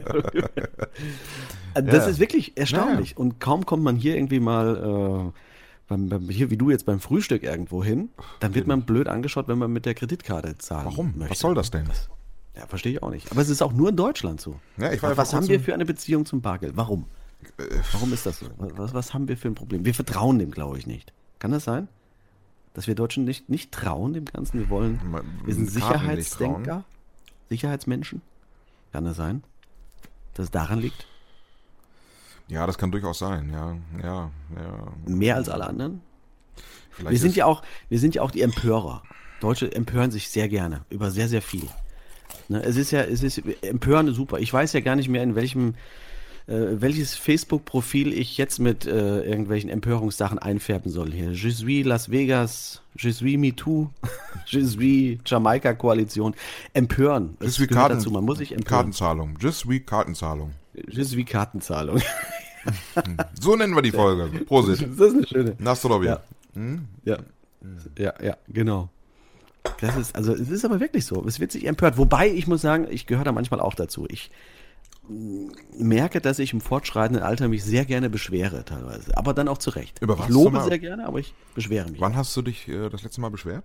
B: Also das
A: Ja.
B: ist wirklich erstaunlich. Und kaum kommt man hier irgendwie mal, äh, beim, beim, hier wie du jetzt beim Frühstück irgendwo hin, dann wird man blöd angeschaut, wenn man mit der Kreditkarte zahlen
A: Warum?
B: möchte.
A: Was soll das denn?
B: Ja, verstehe ich auch nicht. Aber es ist auch nur in Deutschland so.
A: Ja, ich war ja
B: Was
A: vor
B: haben wir
A: kurzem-
B: für eine Beziehung zum Bargeld? Warum? Warum ist das so? Was, was haben wir für ein Problem? Wir vertrauen dem, glaube ich, nicht. Kann das sein? Dass wir Deutschen nicht, nicht trauen dem Ganzen? Wir wollen,
A: Ma-
B: wir sind
A: Karten nicht
B: Sicherheitsdenker? Sicherheitsmenschen? Kann das sein? Dass es daran liegt?
A: Ja, das kann durchaus sein, ja. Ja, ja.
B: Mehr als alle anderen?
A: Vielleicht
B: Wir sind
A: ist-
B: ja auch, wir sind ja auch die Empörer. Deutsche empören sich sehr gerne über sehr, sehr viel. Ne, es ist ja, es ist empören super. Ich weiß ja gar nicht mehr, in welchem, äh, welches Facebook-Profil ich jetzt mit äh, irgendwelchen Empörungssachen einfärben soll. Hier, Je suis Las Vegas, Je suis MeToo, Je suis Jamaika-Koalition. Empören.
A: Je
B: Das
A: suis
B: gehört
A: Karten,
B: dazu. Man muss sich empören.
A: Kartenzahlung. Just wie Kartenzahlung.
B: Je suis Kartenzahlung.
A: So nennen wir die Folge. Prosit.
B: Das ist eine schöne.
A: Nastrobia.
B: Ja. Ja. Ja, ja, genau. Das ist, also es ist aber wirklich so. Es wird sich empört. Wobei, ich muss sagen, ich gehöre da manchmal auch dazu. Ich mm, merke, dass ich im fortschreitenden Alter mich sehr gerne beschwere teilweise. Aber dann auch zu Recht.
A: Über was
B: Ich lobe
A: zum Mal-
B: sehr gerne, aber ich beschwere mich.
A: Wann hast du dich äh, das letzte Mal beschwert?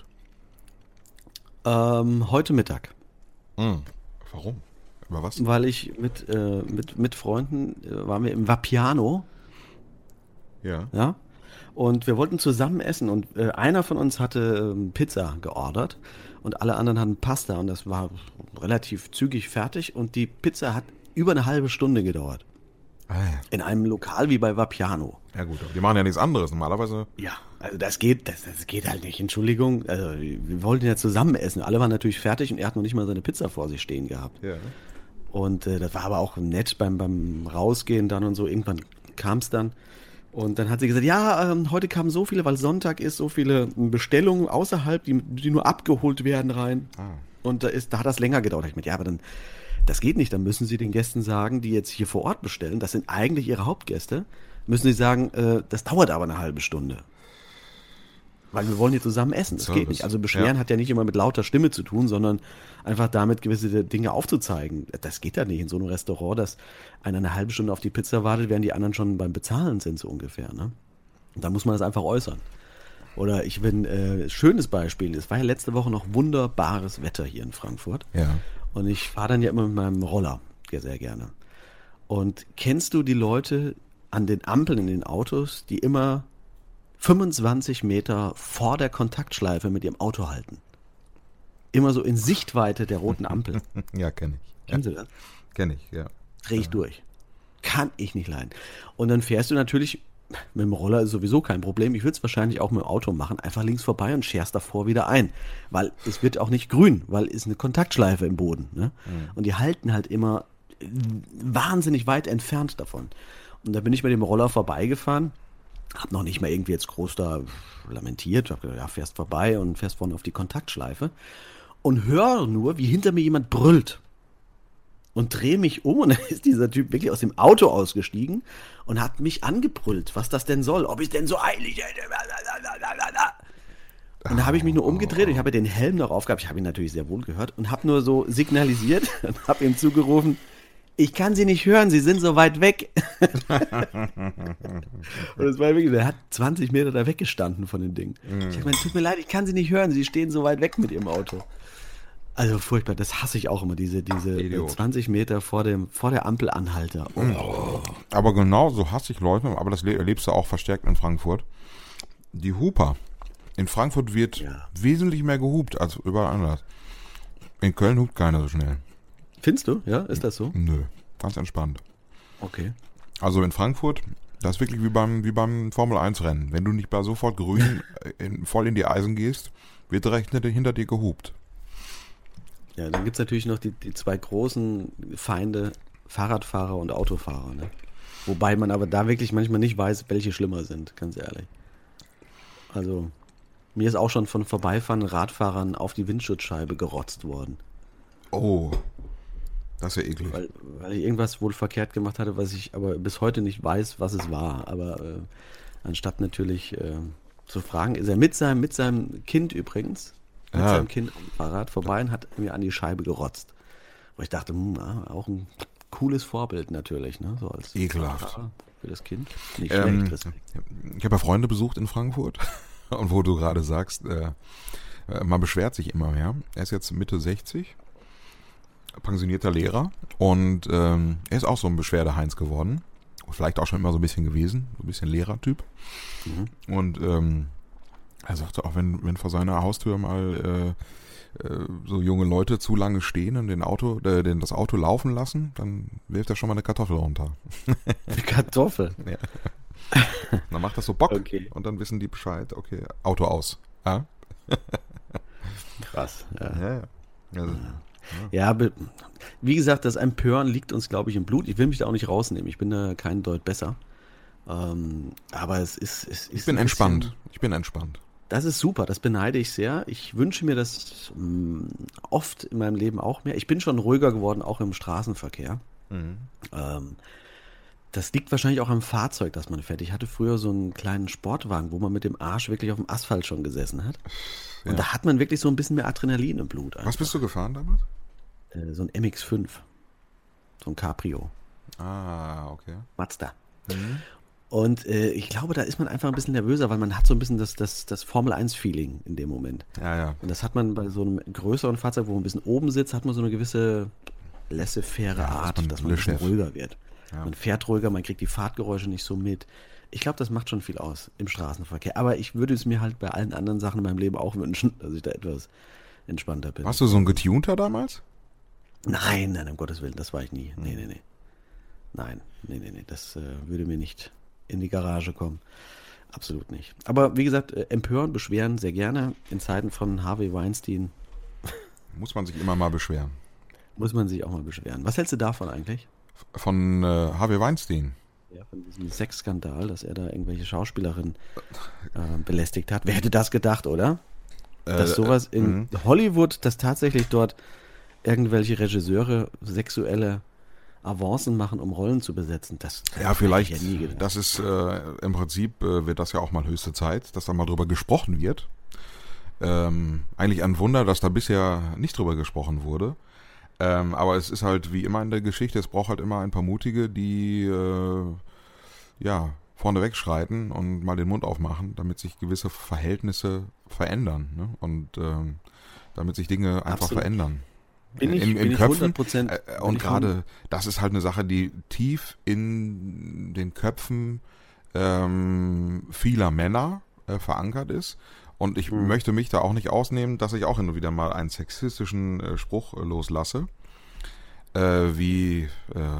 B: Ähm, heute Mittag.
A: Hm. Warum? Über was?
B: Weil ich mit, äh, mit, mit Freunden äh, waren wir im Vapiano.
A: Ja.
B: Ja. Und wir wollten zusammen essen und äh, einer von uns hatte ähm, Pizza geordert und alle anderen hatten Pasta und das war relativ zügig fertig und die Pizza hat über eine halbe Stunde gedauert.
A: Ah, ja.
B: In einem Lokal wie bei Vapiano.
A: Ja gut, aber die machen ja nichts anderes. Normalerweise.
B: Ja, also das geht, das, das geht halt nicht, Entschuldigung. Also wir wollten ja zusammen essen. Alle waren natürlich fertig und er hat noch nicht mal seine Pizza vor sich stehen gehabt.
A: Ja.
B: Und äh, das war aber auch nett beim, beim Rausgehen dann und so. Irgendwann kam es dann. Und dann hat sie gesagt, ja, ähm, heute kamen so viele, weil Sonntag ist, so viele Bestellungen außerhalb, die, die nur abgeholt werden rein.
A: Ah.
B: Und da, ist, da hat das länger gedauert. Ich meinte, ja, aber dann, das geht nicht. Dann müssen Sie den Gästen sagen, die jetzt hier vor Ort bestellen, das sind eigentlich Ihre Hauptgäste, müssen Sie sagen, äh, das dauert aber eine halbe Stunde. Weil wir wollen hier zusammen essen. Das
A: Service.
B: geht nicht. Also Beschweren
A: Ja.
B: hat ja nicht immer mit lauter Stimme zu tun, sondern einfach damit gewisse Dinge aufzuzeigen. Das geht ja nicht in so einem Restaurant, dass einer eine halbe Stunde auf die Pizza wartet, während die anderen schon beim Bezahlen sind, so ungefähr. Ne? Und da muss man das einfach äußern. Oder ich bin, äh, schönes Beispiel, es war ja letzte Woche noch wunderbares Wetter hier in Frankfurt.
A: Ja.
B: Und ich fahre dann ja immer mit meinem Roller, ja, sehr gerne. Und kennst du die Leute an den Ampeln in den Autos, die immer fünfundzwanzig Meter vor der Kontaktschleife mit ihrem Auto halten? Immer so in Sichtweite der roten Ampel.
A: Ja, kenne ich.
B: Kennst du das?
A: Kenne ich, ja.
B: Dreh ich durch. Kann ich nicht leiden. Und dann fährst du natürlich, mit dem Roller ist sowieso kein Problem. Ich würde es wahrscheinlich auch mit dem Auto machen. Einfach links vorbei und scherst davor wieder ein. Weil es wird auch nicht grün, weil es eine Kontaktschleife im Boden. Ne? Und die halten halt immer wahnsinnig weit entfernt davon. Und da bin ich mit dem Roller vorbeigefahren. Hab noch nicht mal irgendwie jetzt groß da lamentiert. Hab gedacht, ja, fährst vorbei und fährst vorne auf die Kontaktschleife. Und höre nur, wie hinter mir jemand brüllt. Und drehe mich um und dann ist dieser Typ wirklich aus dem Auto ausgestiegen und hat mich angebrüllt, was das denn soll, ob ich denn so eilig hätte. Und da habe ich mich nur umgedreht, ich habe den Helm noch aufgehabt, ich habe ihn natürlich sehr wohl gehört und habe nur so signalisiert und habe ihm zugerufen, ich kann Sie nicht hören, Sie sind so weit weg. Und es war wirklich, der hat zwanzig Meter da weggestanden von dem Ding. Ich habe gesagt, tut mir leid, ich kann Sie nicht hören, Sie stehen so weit weg mit Ihrem Auto. Also furchtbar, das hasse ich auch immer, diese, diese
A: Idiot.
B: zwanzig Meter vor, dem, vor der Ampel Anhalter. Oh.
A: Aber genau so hasse ich Leute, aber das le- erlebst du auch verstärkt in Frankfurt. Die Huper. In Frankfurt wird
B: Ja.
A: wesentlich mehr gehupt als überall anders. In Köln hupt keiner so schnell.
B: Findest du? Ja, ist das so?
A: Nö, ganz entspannt.
B: Okay.
A: Also in Frankfurt, das ist wirklich wie beim, wie beim Formel eins Rennen. Wenn du nicht bei sofort grün in, voll in die Eisen gehst, wird direkt hinter, hinter dir gehupt.
B: Ja, dann gibt es natürlich noch die, die zwei großen Feinde, Fahrradfahrer und Autofahrer. Ne? Wobei man aber da wirklich manchmal nicht weiß, welche schlimmer sind, ganz ehrlich. Also, mir ist auch schon von vorbeifahrenden Radfahrern auf die Windschutzscheibe gerotzt worden.
A: Oh. Das ist ja eklig.
B: Weil, weil ich irgendwas wohl verkehrt gemacht hatte, was ich aber bis heute nicht weiß, was es war. Aber äh, anstatt natürlich äh, zu fragen, ist er mit seinem, mit seinem Kind übrigens, mit
A: Ja.
B: seinem Kind auf dem Fahrrad vorbei und hat mir an die Scheibe gerotzt. Wo ich dachte, hm, ja, auch ein cooles Vorbild natürlich, ne? So als
A: Ekelhaft.
B: Vater für das Kind. Nicht
A: Ähm,
B: schlecht, Respekt.
A: Ich habe ja Freunde besucht in Frankfurt und wo du gerade sagst, äh, äh, man beschwert sich immer mehr. Er ist jetzt Mitte sechzig, pensionierter Lehrer und ähm, er ist auch so ein Beschwerdeheinz geworden. Vielleicht auch schon immer so ein bisschen gewesen, so ein bisschen Lehrertyp.
B: Mhm.
A: Und ähm, er sagte auch, wenn, wenn vor seiner Haustür mal äh, äh, so junge Leute zu lange stehen und den Auto, äh, den, das Auto laufen lassen, dann wirft er schon mal eine Kartoffel runter.
B: Eine Kartoffel.
A: Ja. Dann macht das so Bock
B: Okay.
A: und dann wissen die Bescheid, okay, Auto aus. Ja?
B: Krass. Ja.
A: Ja, ja. Also,
B: Ja, be- wie gesagt, das Empören liegt uns, glaube ich, im Blut. Ich will mich da auch nicht rausnehmen. Ich bin da kein Deut besser. Ähm, aber es ist, es ist
A: ich bin
B: ein
A: entspannt.
B: bisschen-
A: Ich bin entspannt.
B: Das ist super, das beneide ich sehr. Ich wünsche mir das mh, oft in meinem Leben auch mehr. Ich bin schon ruhiger geworden, auch im Straßenverkehr.
A: Mhm.
B: Ähm, das liegt wahrscheinlich auch am Fahrzeug, das man fährt. Ich hatte früher so einen kleinen Sportwagen, wo man mit dem Arsch wirklich auf dem Asphalt schon gesessen hat. Und
A: Ja.
B: da hat man wirklich so ein bisschen mehr Adrenalin im Blut.
A: Was bist du gefahren damals?
B: Äh, So ein M X fünf. So ein Cabrio.
A: Ah, okay.
B: Mazda.
A: Mhm.
B: Und äh, ich glaube, da ist man einfach ein bisschen nervöser, weil man hat so ein bisschen das, das, das Formel eins Feeling in dem Moment.
A: Ja, ja.
B: Und das hat man bei so einem größeren Fahrzeug, wo man ein bisschen oben sitzt, hat man so eine gewisse laissez-faire
A: Ja, dass
B: Art,
A: man
B: dass man ein
A: Le
B: bisschen
A: Chef.
B: ruhiger wird.
A: Ja.
B: Man fährt ruhiger, man kriegt die Fahrtgeräusche nicht so mit. Ich glaube, das macht schon viel aus im Straßenverkehr. Aber ich würde es mir halt bei allen anderen Sachen in meinem Leben auch wünschen, dass ich da etwas entspannter bin.
A: Warst du so ein Getunter damals?
B: Nein, nein, um Gottes Willen, das war ich nie. Nee, nee, nee. Nein, nee, nee, nee, das äh, würde mir nicht in die Garage kommen. Absolut nicht. Aber wie gesagt, äh, empören, beschweren sehr gerne. In Zeiten von Harvey Weinstein
A: Muss man sich immer mal beschweren.
B: muss man sich auch mal beschweren. Was hältst du davon eigentlich?
A: Von äh, Harvey Weinstein.
B: Ja, von diesem Sexskandal, dass er da irgendwelche Schauspielerinnen äh, belästigt hat. Wer hätte das gedacht, oder? Dass
A: Äh,
B: sowas
A: äh,
B: in
A: mhm.
B: Hollywood, dass tatsächlich dort irgendwelche Regisseure sexuelle Avancen machen, um Rollen zu besetzen. Das
A: Ja, vielleicht,
B: hätte ich ja nie gedacht.
A: das ist äh, im Prinzip, äh, wird das ja auch mal höchste Zeit, dass da mal drüber gesprochen wird. Ähm, eigentlich ein Wunder, dass da bisher nicht drüber gesprochen wurde. Ähm, aber es ist halt wie immer in der Geschichte, es braucht halt immer ein paar Mutige, die äh, ja vorneweg schreiten und mal den Mund aufmachen, damit sich gewisse Verhältnisse verändern, ne? Und ähm, damit sich Dinge einfach
B: Absolut.
A: verändern.
B: Bin ich,
A: Im,
B: bin
A: im
B: ich
A: Köpfen.
B: hundert Prozent.
A: Äh, und gerade, das ist halt eine Sache, die tief in den Köpfen ähm, vieler Männer äh, verankert ist. Und ich
B: Mhm.
A: möchte mich da auch nicht ausnehmen, dass ich auch hin und wieder mal einen sexistischen äh, Spruch äh, loslasse. Äh, wie, äh,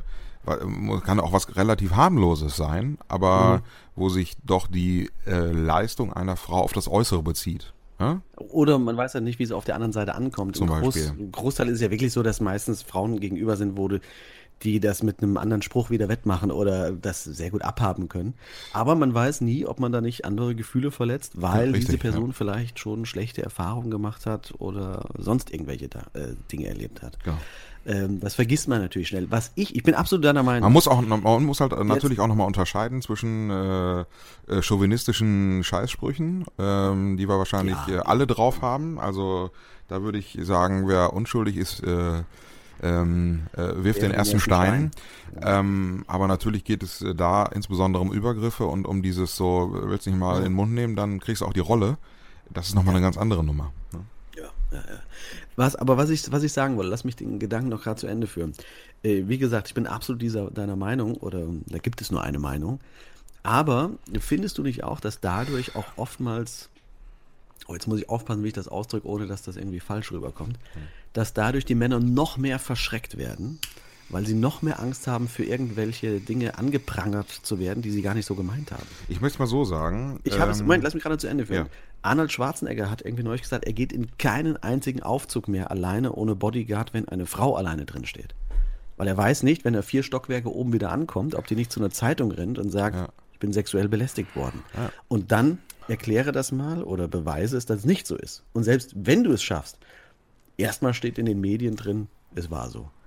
A: wa- kann auch was relativ harmloses sein, aber
B: Mhm.
A: wo sich doch die äh, Leistung einer Frau auf das Äußere bezieht. Ja?
B: Oder man weiß ja nicht, wie es auf der anderen Seite ankommt.
A: Zum
B: Im, Groß,
A: Beispiel.
B: Im Großteil ist es ja wirklich so, dass meistens Frauen gegenüber sind, wo du, die das mit einem anderen Spruch wieder wettmachen oder das sehr gut abhaben können. Aber man weiß nie, ob man da nicht andere Gefühle verletzt, weil
A: Ja, richtig,
B: diese Person
A: ja.
B: vielleicht schon schlechte Erfahrungen gemacht hat oder sonst irgendwelche da, äh, Dinge erlebt hat.
A: Ja.
B: Ähm, das vergisst man natürlich schnell. Was ich, ich bin absolut deiner Meinung.
A: Man muss auch, man muss halt natürlich auch nochmal unterscheiden zwischen äh, äh, chauvinistischen Scheißsprüchen, ähm, die wir wahrscheinlich
B: Ja.
A: äh, alle drauf haben. Also da würde ich sagen, wer unschuldig ist, äh, ähm, äh, wirft den ersten Stein. Ähm, aber natürlich geht es äh, da insbesondere um Übergriffe und um dieses so, willst nicht mal in den Mund nehmen, dann kriegst du auch die Rolle. Das ist nochmal eine ganz andere Nummer. Ne?
B: Ja, ja, ja. Was, aber was ich, was ich sagen wollte, lass mich den Gedanken noch gerade zu Ende führen. Äh, wie gesagt, ich bin absolut dieser, deiner Meinung, oder da gibt es nur eine Meinung. Aber findest du nicht auch, dass dadurch auch oftmals, oh, jetzt muss ich aufpassen, wie ich das ausdrücke, ohne dass das irgendwie falsch rüberkommt, dass dadurch die Männer noch mehr verschreckt werden, weil sie noch mehr Angst haben, für irgendwelche Dinge angeprangert zu werden, die sie gar nicht so gemeint haben.
A: Ich möchte es mal so sagen.
B: Ich habe es,
A: ähm,
B: Moment, lass mich gerade zu Ende führen.
A: ja.
B: Arnold Schwarzenegger hat irgendwie neulich gesagt, er geht in keinen einzigen Aufzug mehr alleine ohne Bodyguard, wenn eine Frau alleine drin steht. Weil er weiß nicht, wenn er vier Stockwerke oben wieder ankommt, ob die nicht zu einer Zeitung rennt und sagt,
A: Ja.
B: ich bin sexuell belästigt worden.
A: Ja.
B: Und dann erkläre das mal oder beweise es, dass es nicht so ist. Und selbst wenn du es schaffst, erstmal steht in den Medien drin, es war so.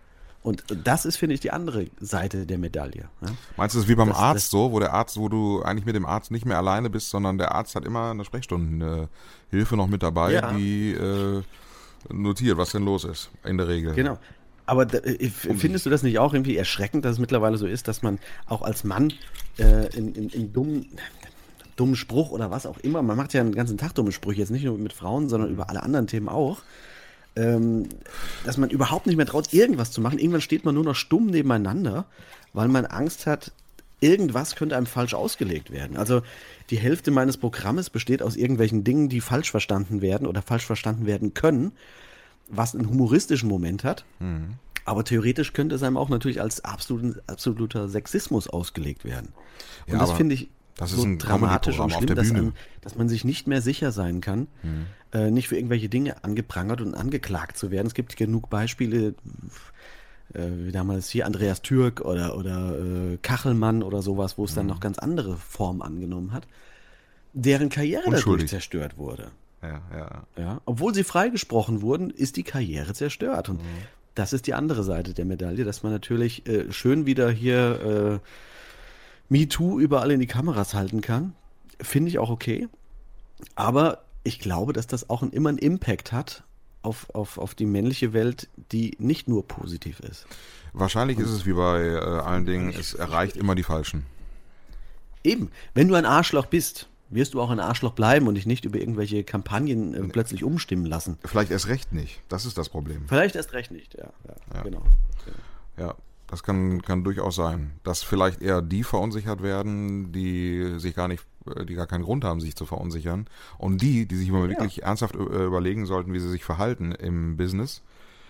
B: Und das ist, finde ich, die andere Seite der Medaille. Ja?
A: Meinst du, es ist wie beim
B: das,
A: Arzt
B: das,
A: so, wo der Arzt, wo du eigentlich mit dem Arzt nicht mehr alleine bist, sondern der Arzt hat immer eine Sprechstundenhilfe noch mit dabei, ja. die äh, notiert, was denn los ist, in der Regel.
B: Genau. Aber da, findest du das nicht auch irgendwie erschreckend, dass es mittlerweile so ist, dass man auch als Mann äh, in, in, in dummen, dummen Spruch oder was auch immer, man macht ja einen ganzen Tag dumme Sprüche, jetzt nicht nur mit Frauen, sondern über alle anderen Themen auch, ähm, dass man überhaupt nicht mehr traut, irgendwas zu machen. Irgendwann steht man nur noch stumm nebeneinander, weil man Angst hat, irgendwas könnte einem falsch ausgelegt werden. Also die Hälfte meines Programmes besteht aus irgendwelchen Dingen, die falsch verstanden werden oder falsch verstanden werden können, was einen humoristischen Moment hat, mhm. aber theoretisch könnte es einem auch natürlich als absoluten, absoluter Sexismus ausgelegt werden. Und ja, das finde ich
A: das
B: so
A: ist ein
B: dramatisch und schlimm, dass, an, dass man sich nicht mehr sicher sein kann,
A: mhm.
B: äh, nicht für irgendwelche Dinge angeprangert und angeklagt zu werden. Es gibt genug Beispiele, äh, wie damals hier Andreas Türk oder, oder äh, Kachelmann oder sowas, wo es mhm. dann noch ganz andere Formen angenommen hat, deren Karriere dadurch zerstört wurde.
A: Ja, ja.
B: Ja, obwohl sie freigesprochen wurden, ist die Karriere zerstört. Und mhm. das ist die andere Seite der Medaille, dass man natürlich äh, schön wieder hier äh, MeToo überall in die Kameras halten kann. Finde ich auch okay. Aber ich glaube, dass das auch ein, immer einen Impact hat auf, auf, auf die männliche Welt, die nicht nur positiv ist.
A: Wahrscheinlich Und ist es wie bei äh, allen Dingen, es erreicht immer die Falschen.
B: Eben, wenn du ein Arschloch bist, wirst du auch ein Arschloch bleiben und dich nicht über irgendwelche Kampagnen äh, plötzlich umstimmen lassen.
A: Vielleicht erst recht nicht. Das ist das Problem.
B: Vielleicht erst recht nicht, ja. Ja,
A: ja.
B: Genau.
A: Ja, das kann, kann durchaus sein. Dass vielleicht eher die verunsichert werden, die sich gar nicht, die gar keinen Grund haben, sich zu verunsichern. Und die, die sich immer ja. wirklich ernsthaft überlegen sollten, wie sie sich verhalten im Business,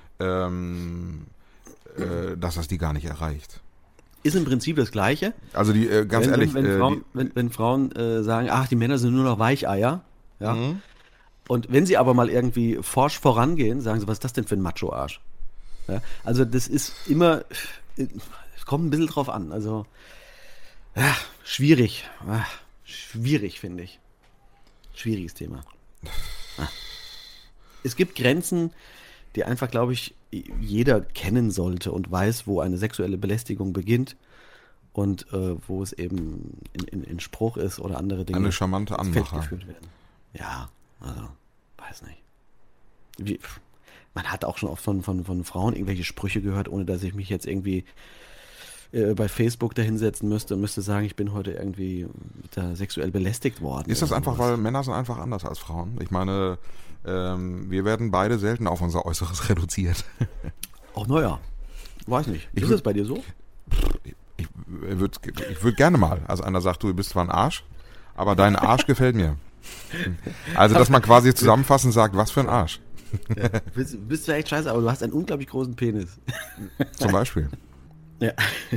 A: ähm, äh, dass das die gar nicht erreicht.
B: Ist im Prinzip das Gleiche.
A: Also die, äh, ganz
B: wenn,
A: ehrlich.
B: Wenn, wenn
A: äh,
B: Frauen,
A: die,
B: wenn, wenn Frauen äh, sagen, ach, die Männer sind nur noch Weicheier, ja.
A: Mhm.
B: Und wenn sie aber mal irgendwie forsch vorangehen, sagen sie, was ist das denn für ein Macho-Arsch? Ja? Also das ist immer, es kommt ein bisschen drauf an. Also ja, schwierig. Ja, schwierig, finde ich. Schwieriges Thema. Ja. Es gibt Grenzen, die einfach, glaube ich, jeder kennen sollte und weiß, wo eine sexuelle Belästigung beginnt und äh, wo es eben in, in, in Spruch ist oder andere Dinge.
A: Eine charmante Anmache.
B: Geführt werden. Ja, also, weiß nicht. Wie, man hat auch schon oft von, von, von Frauen irgendwelche Sprüche gehört, ohne dass ich mich jetzt irgendwie äh, bei Facebook da hinsetzen müsste und müsste sagen, ich bin heute irgendwie da sexuell belästigt worden.
A: Ist das einfach, sowas. Weil Männer sind einfach anders als Frauen? Ich meine, ähm, wir werden beide selten auf unser Äußeres reduziert.
B: Ach, naja. Weiß nicht.
A: Ich
B: ist das bei dir so?
A: Ich, ich würde ich würd gerne mal. Also einer sagt, du bist zwar ein Arsch, aber dein Arsch gefällt mir. Also, dass man quasi zusammenfassend sagt, was für ein Arsch.
B: Ja, bist, bist du echt scheiße, aber du hast einen unglaublich großen Penis.
A: Zum Beispiel.
B: Ja.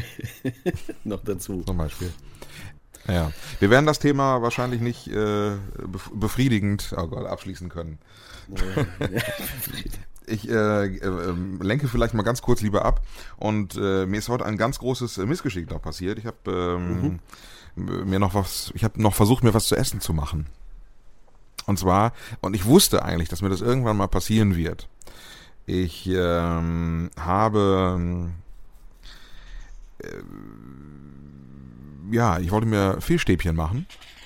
B: Noch dazu.
A: Zum Beispiel. Ja. Wir werden das Thema wahrscheinlich nicht äh, befriedigend oh Gott, abschließen können. Ich äh, äh, lenke vielleicht mal ganz kurz lieber ab. Und äh, mir ist heute ein ganz großes Missgeschick noch passiert. Ich habe ähm, mhm. mir noch was, ich habe noch versucht, mir was zu essen zu machen. Und zwar, und ich wusste eigentlich, dass mir das irgendwann mal passieren wird. Ich ähm, habe äh, ja, ich wollte mir Fischstäbchen machen.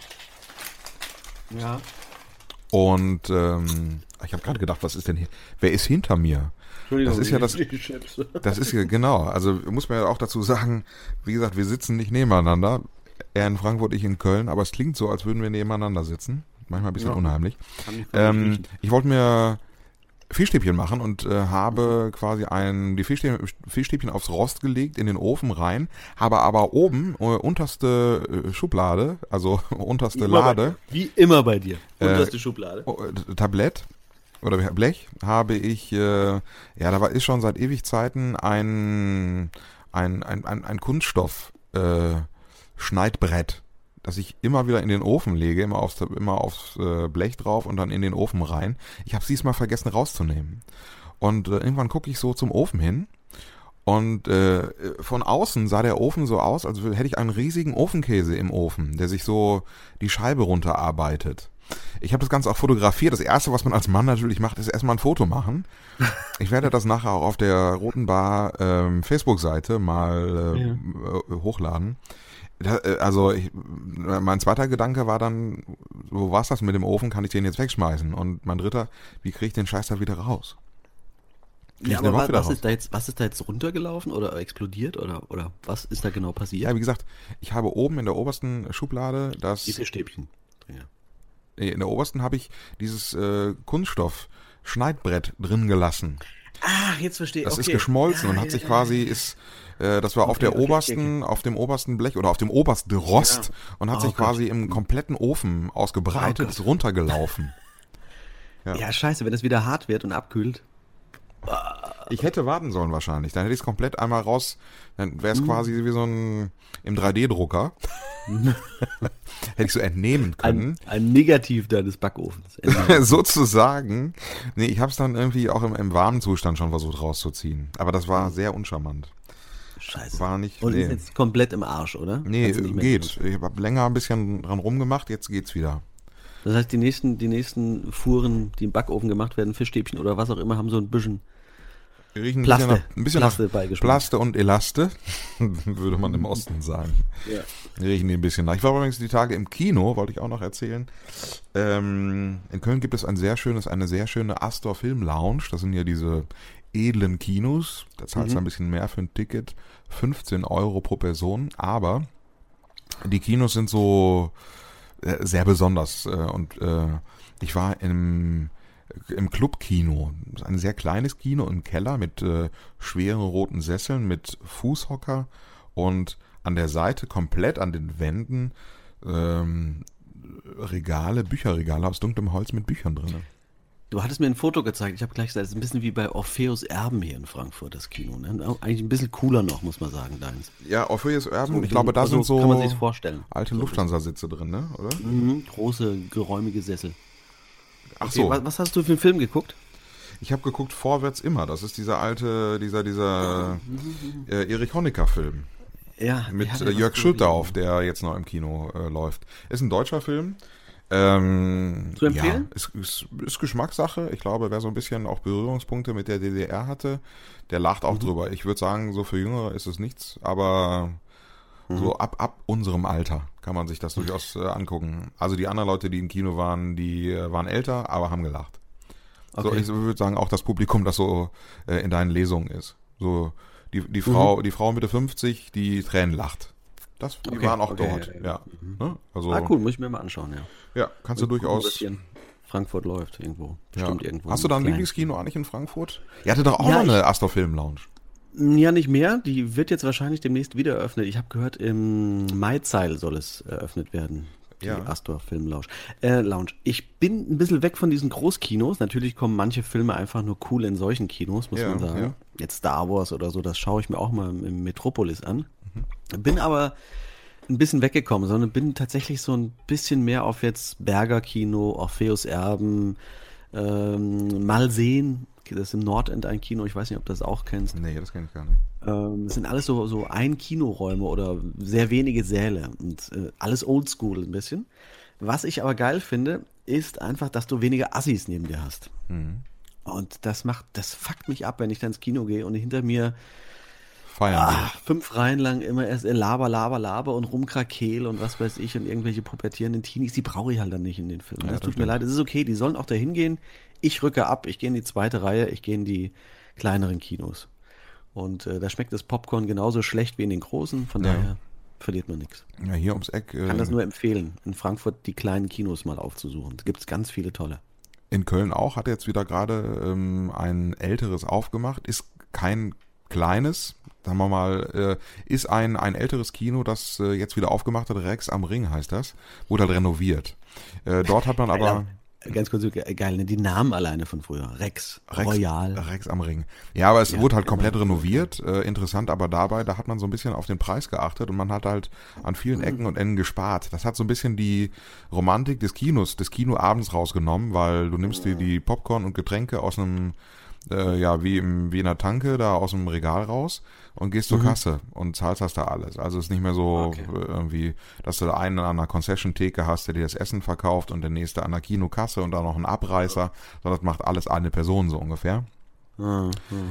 B: Ja.
A: Und ähm, ich habe gerade gedacht, was ist denn hier? Wer ist hinter mir?
B: Entschuldigung,
A: das ist ja das. Das ist ja genau. Also muss man ja auch dazu sagen, wie gesagt, wir sitzen nicht nebeneinander. Er in Frankfurt, ich in Köln, aber es klingt so, als würden wir nebeneinander sitzen. Manchmal ein bisschen ja. unheimlich. Ähm, ich wollte mir Fischstäbchen machen und äh, habe quasi ein, die Fischstäbchen, Fischstäbchen aufs Rost gelegt, in den Ofen rein, habe aber oben, äh, unterste äh, Schublade, also unterste
B: immer
A: Lade.
B: Bei, wie immer bei dir, unterste
A: äh,
B: Schublade.
A: Äh, Tablett oder Blech habe ich, äh, ja, da war, ist schon seit ewig Zeiten ein, ein, ein, ein, ein Kunststoff äh, Schneidbrett, das ich immer wieder in den Ofen lege, immer aufs, immer aufs äh, Blech drauf und dann in den Ofen rein. Ich habe es diesmal vergessen rauszunehmen. Und äh, irgendwann gucke ich so zum Ofen hin und äh, von außen sah der Ofen so aus, als hätte ich einen riesigen Ofenkäse im Ofen, der sich so die Scheibe runterarbeitet. Ich habe das Ganze auch fotografiert. Das Erste, was man als Mann natürlich macht, ist erstmal ein Foto machen. Ich werde das nachher auch auf der Roten Bar ähm, Facebook-Seite mal äh, ja. hochladen. Da, also ich, mein zweiter Gedanke war dann, wo war's das mit dem Ofen, kann ich den jetzt wegschmeißen? Und mein dritter, wie kriege ich den Scheiß da wieder raus?
B: Ja, aber was, was, ist da jetzt, was ist da jetzt runtergelaufen oder explodiert oder, oder was ist da genau passiert?
A: Ja, wie gesagt, ich habe oben in der obersten Schublade das...
B: Diese Stäbchen. Ja.
A: In der obersten habe ich dieses äh, Kunststoff-Schneidbrett drin gelassen.
B: Ah, jetzt verstehe ich.
A: Das
B: okay.
A: ist geschmolzen ja, und hat ja, sich quasi, ja, ist, äh, das war okay, auf der okay, obersten, okay. auf dem obersten Blech oder auf dem obersten Rost ja. und hat oh, sich quasi Gott. im kompletten Ofen ausgebreitet, oh, ist runtergelaufen.
B: Ja. ja, scheiße, wenn das wieder hart wird und abkühlt.
A: Ich hätte warten sollen wahrscheinlich. Dann hätte ich es komplett einmal raus, dann wäre es mm. quasi wie so ein im drei D Drucker. Hätte ich so entnehmen können.
B: Ein, ein Negativ deines Backofens.
A: Sozusagen. Nee, ich habe es dann irgendwie auch im, im warmen Zustand schon versucht rauszuziehen. Aber das war sehr uncharmant.
B: Scheiße.
A: War nicht,
B: Und
A: nee.
B: ist jetzt komplett im Arsch, oder?
A: Nee, geht. Ich habe länger ein bisschen dran rumgemacht, jetzt geht's wieder.
B: Das heißt, die nächsten, die nächsten Fuhren, die im Backofen gemacht werden, Fischstäbchen oder was auch immer, haben so ein bisschen
A: riechen ein
B: Plaste,
A: bisschen nach, ein bisschen
B: Plaste,
A: nach Plaste und Elaste, würde man im Osten sagen.
B: Ja.
A: Riechen die ein bisschen nach. Ich war übrigens die Tage im Kino, wollte ich auch noch erzählen. Ähm, in Köln gibt es ein sehr schönes, eine sehr schöne Astor Film Lounge. Das sind ja diese edlen Kinos. Da zahlst du mhm. ein bisschen mehr für ein Ticket. fünfzehn Euro pro Person. Aber die Kinos sind so äh, sehr besonders. Äh, und äh, ich war im im Clubkino. Das ist ein sehr kleines Kino im Keller mit äh, schweren roten Sesseln, mit Fußhocker und an der Seite komplett an den Wänden ähm, Regale, Bücherregale aus dunklem Holz mit Büchern drin.
B: Du hattest mir ein Foto gezeigt. Ich habe gleich gesagt, es ist ein bisschen wie bei Orpheus Erben hier in Frankfurt, das Kino. Ne? Eigentlich ein bisschen cooler noch, muss man sagen, deins.
A: Ja, Orpheus Erben,
B: so,
A: ich glaube, da
B: also
A: sind so
B: kann man sich vorstellen.
A: alte Lufthansa-Sitze drin, ne? Oder?
B: Mhm, große, geräumige Sessel.
A: Ach
B: okay,
A: so.
B: Was, was hast du für einen Film geguckt?
A: Ich habe geguckt Vorwärts immer. Das ist dieser alte, dieser, dieser äh, Erich Honecker-Film.
B: Ja.
A: Mit äh, Jörg Schultauf, der jetzt noch im Kino äh, läuft. Ist ein deutscher Film. Ähm,
B: Zu empfehlen?
A: Ja, ist, ist, ist Geschmackssache. Ich glaube, wer so ein bisschen auch Berührungspunkte mit der D D R hatte, der lacht auch mhm. drüber. Ich würde sagen, so für Jüngere ist es nichts, aber mhm. so ab, ab unserem Alter kann man sich das durchaus äh, angucken. Also die anderen Leute, die im Kino waren, die äh, waren älter, aber haben gelacht. Okay. So, ich würde sagen, auch das Publikum, das so äh, in deinen Lesungen ist. So die, die Frau, mhm. die Frau Mitte fünfzig, die Tränen lacht. Das, die okay. waren auch okay, dort. Ja, ja. Ja.
B: Mhm. Ne? Also, ah, cool, muss ich mir mal anschauen, ja.
A: Ja, kannst du durchaus.
B: Gucken, in Frankfurt läuft irgendwo. Bestimmt
A: ja.
B: irgendwo.
A: Hast du da ein Lieblingskino eigentlich in Frankfurt? Ihr hattet doch auch
B: ja,
A: noch eine
B: ich,
A: Astor Film Lounge.
B: Ja, nicht mehr. Die wird jetzt wahrscheinlich demnächst wieder eröffnet. Ich habe gehört, im Maizeil soll es eröffnet werden. Die ja. Astor Film Lounge. Äh, Lounge. Ich bin ein bisschen weg von diesen Großkinos. Natürlich kommen manche Filme einfach nur cool in solchen Kinos, muss ja, man sagen. Ja. Jetzt Star Wars oder so, das schaue ich mir auch mal im Metropolis an. Mhm. Bin aber ein bisschen weggekommen, sondern bin tatsächlich so ein bisschen mehr auf jetzt Berger Kino, Orpheus Erben, ähm, mal sehen. Das ist im Nordend ein Kino, ich weiß nicht, ob du das auch kennst.
A: Nee, das kenne ich gar nicht.
B: Ähm, das sind alles so, so Ein-Kinoräume oder sehr wenige Säle und äh, alles oldschool ein bisschen. Was ich aber geil finde, ist einfach, dass du weniger Assis neben dir hast. Mhm. Und das macht, das fuckt mich ab, wenn ich dann ins Kino gehe und hinter mir ah, fünf Reihen lang immer erst Laber, Laber, Laber und Rumkrakel und was weiß ich und irgendwelche pubertierenden Teenies, die brauche ich halt dann nicht in den Filmen. Ja, das, das tut stimmt. mir leid, es ist okay, die sollen auch da hingehen. Ich rücke ab, ich gehe in die zweite Reihe, ich gehe in die kleineren Kinos. Und äh, da schmeckt das Popcorn genauso schlecht wie in den großen, von ja. daher verliert man nichts.
A: Ja, hier ums Eck.
B: Ich äh, kann das nur empfehlen, in Frankfurt die kleinen Kinos mal aufzusuchen. Da gibt es ganz viele tolle.
A: In Köln auch, hat jetzt wieder gerade ähm, ein älteres aufgemacht, ist kein kleines, sagen wir mal, äh, ist ein, ein älteres Kino, das äh, jetzt wieder aufgemacht hat, Rex am Ring heißt das, wurde halt renoviert. Äh, dort hat man aber...
B: Ganz kurz, geil, ne? Die Namen alleine von früher. Rex,
A: Rex
B: Royal.
A: Rex am Ring. Ja, aber es ja, wurde halt komplett renoviert. Äh, interessant aber dabei, da hat man so ein bisschen auf den Preis geachtet und man hat halt an vielen Ecken und Enden gespart. Das hat so ein bisschen die Romantik des Kinos, des Kinoabends rausgenommen, weil du nimmst dir die Popcorn und Getränke aus einem äh, ja, wie, im, wie in der Tanke da aus dem Regal raus und gehst zur
B: Mhm.
A: Kasse und zahlst das da alles. Also es ist nicht mehr so
B: Okay.
A: äh, irgendwie, dass du da einen an einer Concession-Theke hast, der dir das Essen verkauft und der nächste an der Kinokasse und dann noch einen Abreißer, sondern das macht alles eine Person so ungefähr.
B: Ah,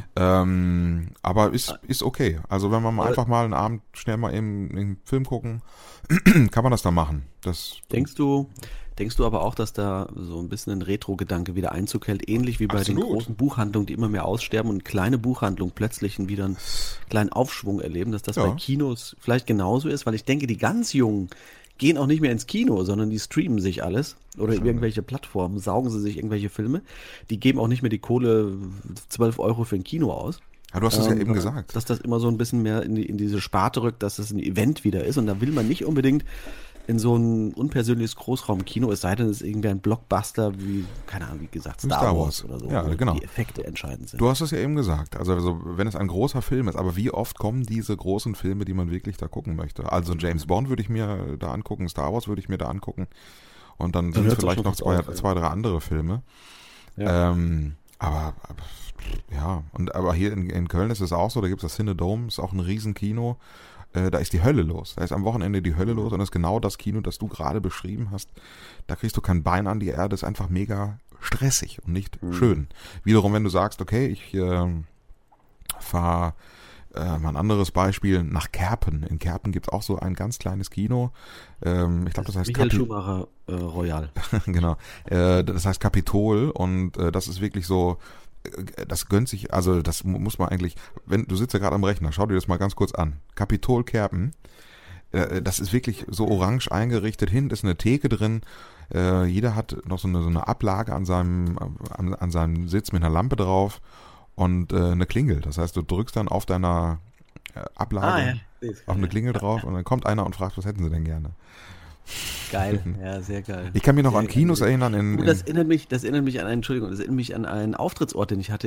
A: Ähm, aber ist, ist okay. Also wenn man mal
B: Aber-
A: einfach mal einen Abend schnell mal eben einen Film gucken, kann man das da machen. Das
B: Denkst du, denkst du aber auch, dass da so ein bisschen ein Retro-Gedanke wieder Einzug hält, ähnlich wie bei
A: Absolut.
B: den großen Buchhandlungen, die immer mehr aussterben und kleine Buchhandlungen plötzlich wieder einen kleinen Aufschwung erleben, dass das
A: Ja.
B: bei Kinos vielleicht genauso ist, weil ich denke, die ganz Jungen gehen auch nicht mehr ins Kino, sondern die streamen sich alles oder irgendwelche Plattformen, saugen sie sich irgendwelche Filme. Die geben auch nicht mehr die Kohle zwölf Euro für ein Kino aus.
A: ja, du hast es ja
B: Ähm,
A: eben gesagt.
B: Dass das immer so ein bisschen mehr in, die, in diese Sparte rückt, dass es ein Event wieder ist. Und da will man nicht unbedingt in so ein unpersönliches Großraumkino, es sei denn, es ist irgendwie ein Blockbuster wie, keine Ahnung, wie gesagt, Star,
A: Star
B: Wars
A: Wars.
B: oder so,
A: Ja,
B: wo
A: genau.
B: die Effekte entscheidend sind.
A: Du hast es ja eben gesagt. Also, also wenn es ein großer Film ist, aber wie oft kommen diese großen Filme, die man wirklich da gucken möchte? Also James Bond würde ich mir da angucken, Star Wars würde ich mir da angucken und dann sind es
B: hört's auch
A: vielleicht
B: schon
A: noch
B: fast
A: zwei,
B: auf, ja.
A: zwei, drei andere Filme.
B: Ja.
A: Ähm, aber, aber ja, und aber hier in, in Köln ist es auch so, da gibt es das Cinedome, ist auch ein Riesenkino. Äh, da ist die Hölle los. Da ist am Wochenende die Hölle los und das ist genau das Kino, das du gerade beschrieben hast. Da kriegst du kein Bein an die Erde, ist einfach mega stressig und nicht schön. Wiederum, wenn du sagst, okay, ich äh, fahre äh, mal ein anderes Beispiel nach Kerpen. In Kerpen gibt es auch so ein ganz kleines Kino. Ähm, ich glaube, das heißt
B: Michael
A: Kapi-
B: Schumacher äh, Royal.
A: genau. Äh, das heißt Kapitol und äh, das ist wirklich so, äh, das gönnt sich, also das mu- muss man eigentlich, wenn du sitzt ja gerade am Rechner, schau dir das mal ganz kurz an. Kapitol Kerpen, äh, das ist wirklich so orange eingerichtet, hinten ist eine Theke drin, äh, jeder hat noch so eine, so eine Ablage an seinem, an, an seinem Sitz mit einer Lampe drauf und äh, eine Klingel. Das heißt, du drückst dann auf deiner äh, Ablage auf eine Klingel drauf und dann kommt einer und fragt, was hätten sie denn gerne?
B: Geil, ja, sehr geil.
A: Ich kann mich noch
B: Sehr
A: an
B: geil.
A: Kinos erinnern. In,
B: Oh, das
A: in,
B: erinnert mich, das erinnert mich an einen, Entschuldigung, das erinnert mich an einen Auftrittsort, den ich hatte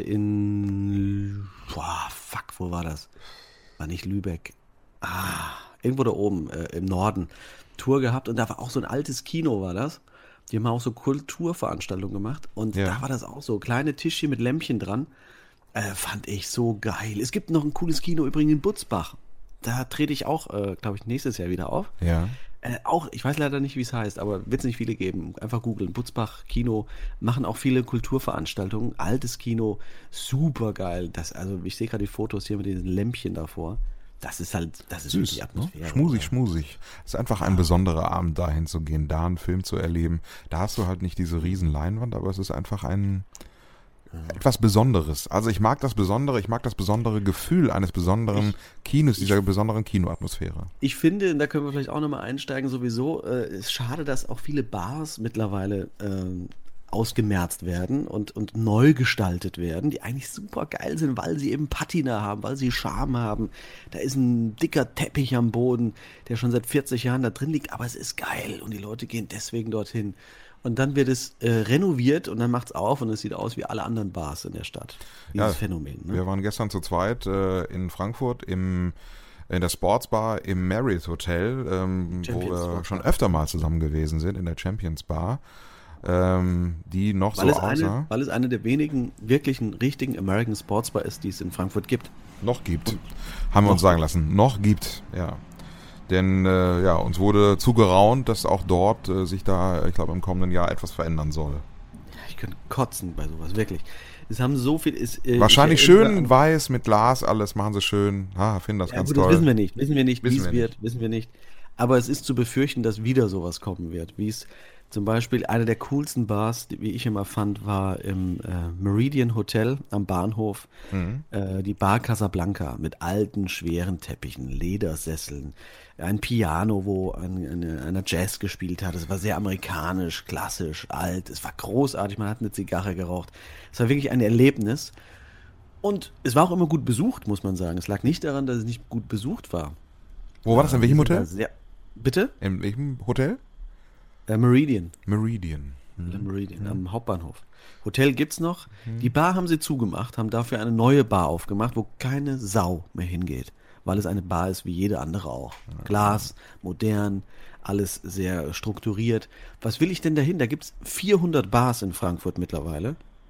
B: in, boah, fuck, wo war das? War nicht Lübeck. Ah, irgendwo da oben, äh, im Norden. Tour gehabt und da war auch so ein altes Kino, war das. Die haben auch so Kulturveranstaltungen gemacht und
A: Ja.
B: da war das auch so, kleine Tischchen mit Lämpchen dran. Äh, fand ich so geil. Es gibt noch ein cooles Kino übrigens in Butzbach. Da trete ich auch, äh, glaube ich, nächstes Jahr wieder auf.
A: ja.
B: Äh, auch, ich weiß leider nicht, wie es heißt, aber wird es nicht viele geben. Einfach googeln. Butzbach Kino machen auch viele Kulturveranstaltungen. Altes Kino, super geil. Das, also ich sehe gerade die Fotos hier mit diesen Lämpchen davor. Das ist halt, das ist
A: Süß,
B: die
A: ne?
B: Atmosphäre.
A: Schmusig, schmusig. Es ist einfach ein besonderer Abend, dahin zu gehen, da einen Film zu erleben. Da hast du halt nicht diese riesen Leinwand, aber es ist einfach ein etwas Besonderes. Also ich mag das Besondere, ich mag das besondere Gefühl eines besonderen Kinos, dieser besonderen Kinoatmosphäre.
B: Ich finde, da können wir vielleicht auch nochmal einsteigen, sowieso, äh, ist schade, dass auch viele Bars mittlerweile ähm, ausgemerzt werden und, und neu gestaltet werden, die eigentlich super geil sind, weil sie eben Patina haben, weil sie Charme haben. Da ist ein dicker Teppich am Boden, der schon seit vierzig Jahren da drin liegt, aber es ist geil und die Leute gehen deswegen dorthin. Und dann wird es äh, renoviert und dann macht es auf und es sieht aus wie alle anderen Bars in der Stadt. Dieses
A: Ja,
B: Phänomen. Ne?
A: Wir waren gestern zu zweit äh, in Frankfurt im in der Sportsbar im Marriott Hotel, ähm, wo
B: Champions
A: wir
B: Sportsbar.
A: schon öfter mal zusammen gewesen sind, in der Champions Bar, ähm, die noch
B: Weil,
A: so
B: es eine,
A: aussah,
B: weil es eine der wenigen wirklichen, richtigen American Sports Bar ist, die es in Frankfurt gibt.
A: noch gibt. Haben wir uns
B: noch
A: sagen lassen. Noch gibt, ja. Denn äh, ja, uns wurde zugeraunt, dass auch dort äh, sich da, ich glaube, im kommenden Jahr etwas verändern soll.
B: Ich könnte kotzen bei sowas, wirklich. Es haben so viel. Ist, äh,
A: Wahrscheinlich
B: ich erinnere
A: schön
B: an-
A: weiß mit Glas, alles machen sie schön. Ha, finde das
B: Ja,
A: ganz
B: gut,
A: toll.
B: das wissen wir nicht. Wissen wir nicht, wie
A: Wissen
B: es
A: wir
B: wird. Wissen wir nicht. Aber es ist zu befürchten, dass wieder sowas kommen wird. Wie es zum Beispiel eine der coolsten Bars, die, wie ich immer fand, war im äh, Meridian Hotel am Bahnhof.
A: Mhm.
B: Äh, die Bar Casablanca mit alten, schweren Teppichen, Ledersesseln, ein Piano, wo ein, eine, einer Jazz gespielt hat. Es war sehr amerikanisch, klassisch, alt. Es war großartig. Man hat eine Zigarre geraucht. Es war wirklich ein Erlebnis. Und es war auch immer gut besucht, muss man sagen. Es lag nicht daran, dass es nicht gut besucht war.
A: Wo war das? In welchem
B: Wir sind da
A: Hotel?
B: Sehr, bitte?
A: In welchem Hotel?
B: Äh, Meridian.
A: Meridian.
B: Der Meridian am Hauptbahnhof. Hotel gibt's noch. Die Bar haben sie zugemacht, haben dafür eine neue Bar aufgemacht, wo keine Sau mehr hingeht. Weil es eine Bar ist wie jede andere auch. Glas, modern, alles sehr strukturiert. Was will ich denn dahin? Da gibt's vierhundert Bars in Frankfurt mittlerweile.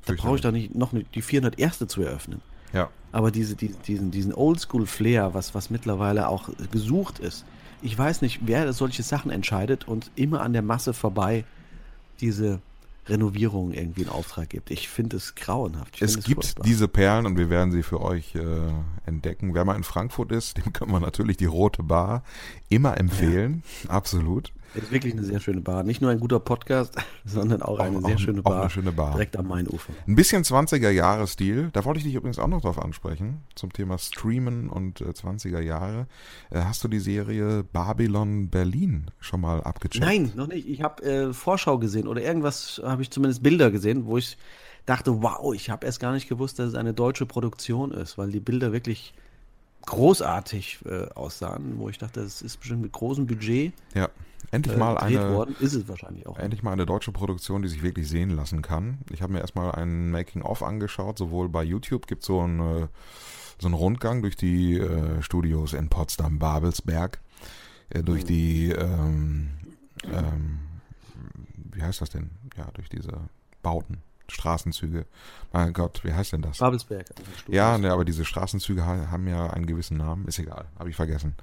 B: Da brauche ich doch nicht noch eine, die vierhunderterste zu eröffnen.
A: Ja.
B: Aber diese, die, diesen, diesen Oldschool-Flair, was, was mittlerweile auch gesucht ist, ich weiß nicht, wer solche Sachen entscheidet und immer an der Masse vorbei diese Renovierung irgendwie in Auftrag gibt. Ich finde es grauenhaft. Ich
A: Es
B: find
A: gibt
B: furchtbar.
A: diese Perlen und wir werden sie für euch äh, entdecken. Wer mal in Frankfurt ist, dem können wir natürlich die Rote Bar immer empfehlen. Ja. Absolut.
B: Das ist wirklich eine sehr schöne Bar. Nicht nur ein guter Podcast, sondern auch, auch eine sehr
A: auch,
B: schöne
A: auch
B: Bar,
A: eine schöne Bar.
B: Direkt am Mainufer.
A: Ein bisschen zwanziger-Jahre-Stil. Da wollte ich dich übrigens auch noch drauf ansprechen. Zum Thema Streamen und äh, zwanziger Jahre. Äh, hast du die Serie Babylon Berlin schon mal abgecheckt?
B: Nein, noch nicht. Ich habe äh, Vorschau gesehen oder irgendwas, habe ich zumindest Bilder gesehen, wo ich dachte, wow, ich habe erst gar nicht gewusst, dass es eine deutsche Produktion ist, weil die Bilder wirklich großartig äh, aussahen, wo ich dachte, das ist bestimmt mit großem Budget
A: Ja, endlich
B: äh,
A: mal
B: gedreht
A: eine
B: worden. Ist es wahrscheinlich auch.
A: endlich mal eine deutsche Produktion, die sich wirklich sehen lassen kann. Ich habe mir erstmal ein Making-of angeschaut, sowohl bei YouTube gibt es so einen äh, so einen Rundgang durch die äh, Studios in Potsdam, Babelsberg, äh, durch
B: Mhm.
A: die ähm, ähm, wie heißt das denn? Ja, durch diese Bauten, Straßenzüge. Mein Gott, wie heißt denn das?
B: Babelsberg. also Studios.
A: Ja, ne, aber diese Straßenzüge ha- haben ja einen gewissen Namen. Ist egal, habe ich vergessen.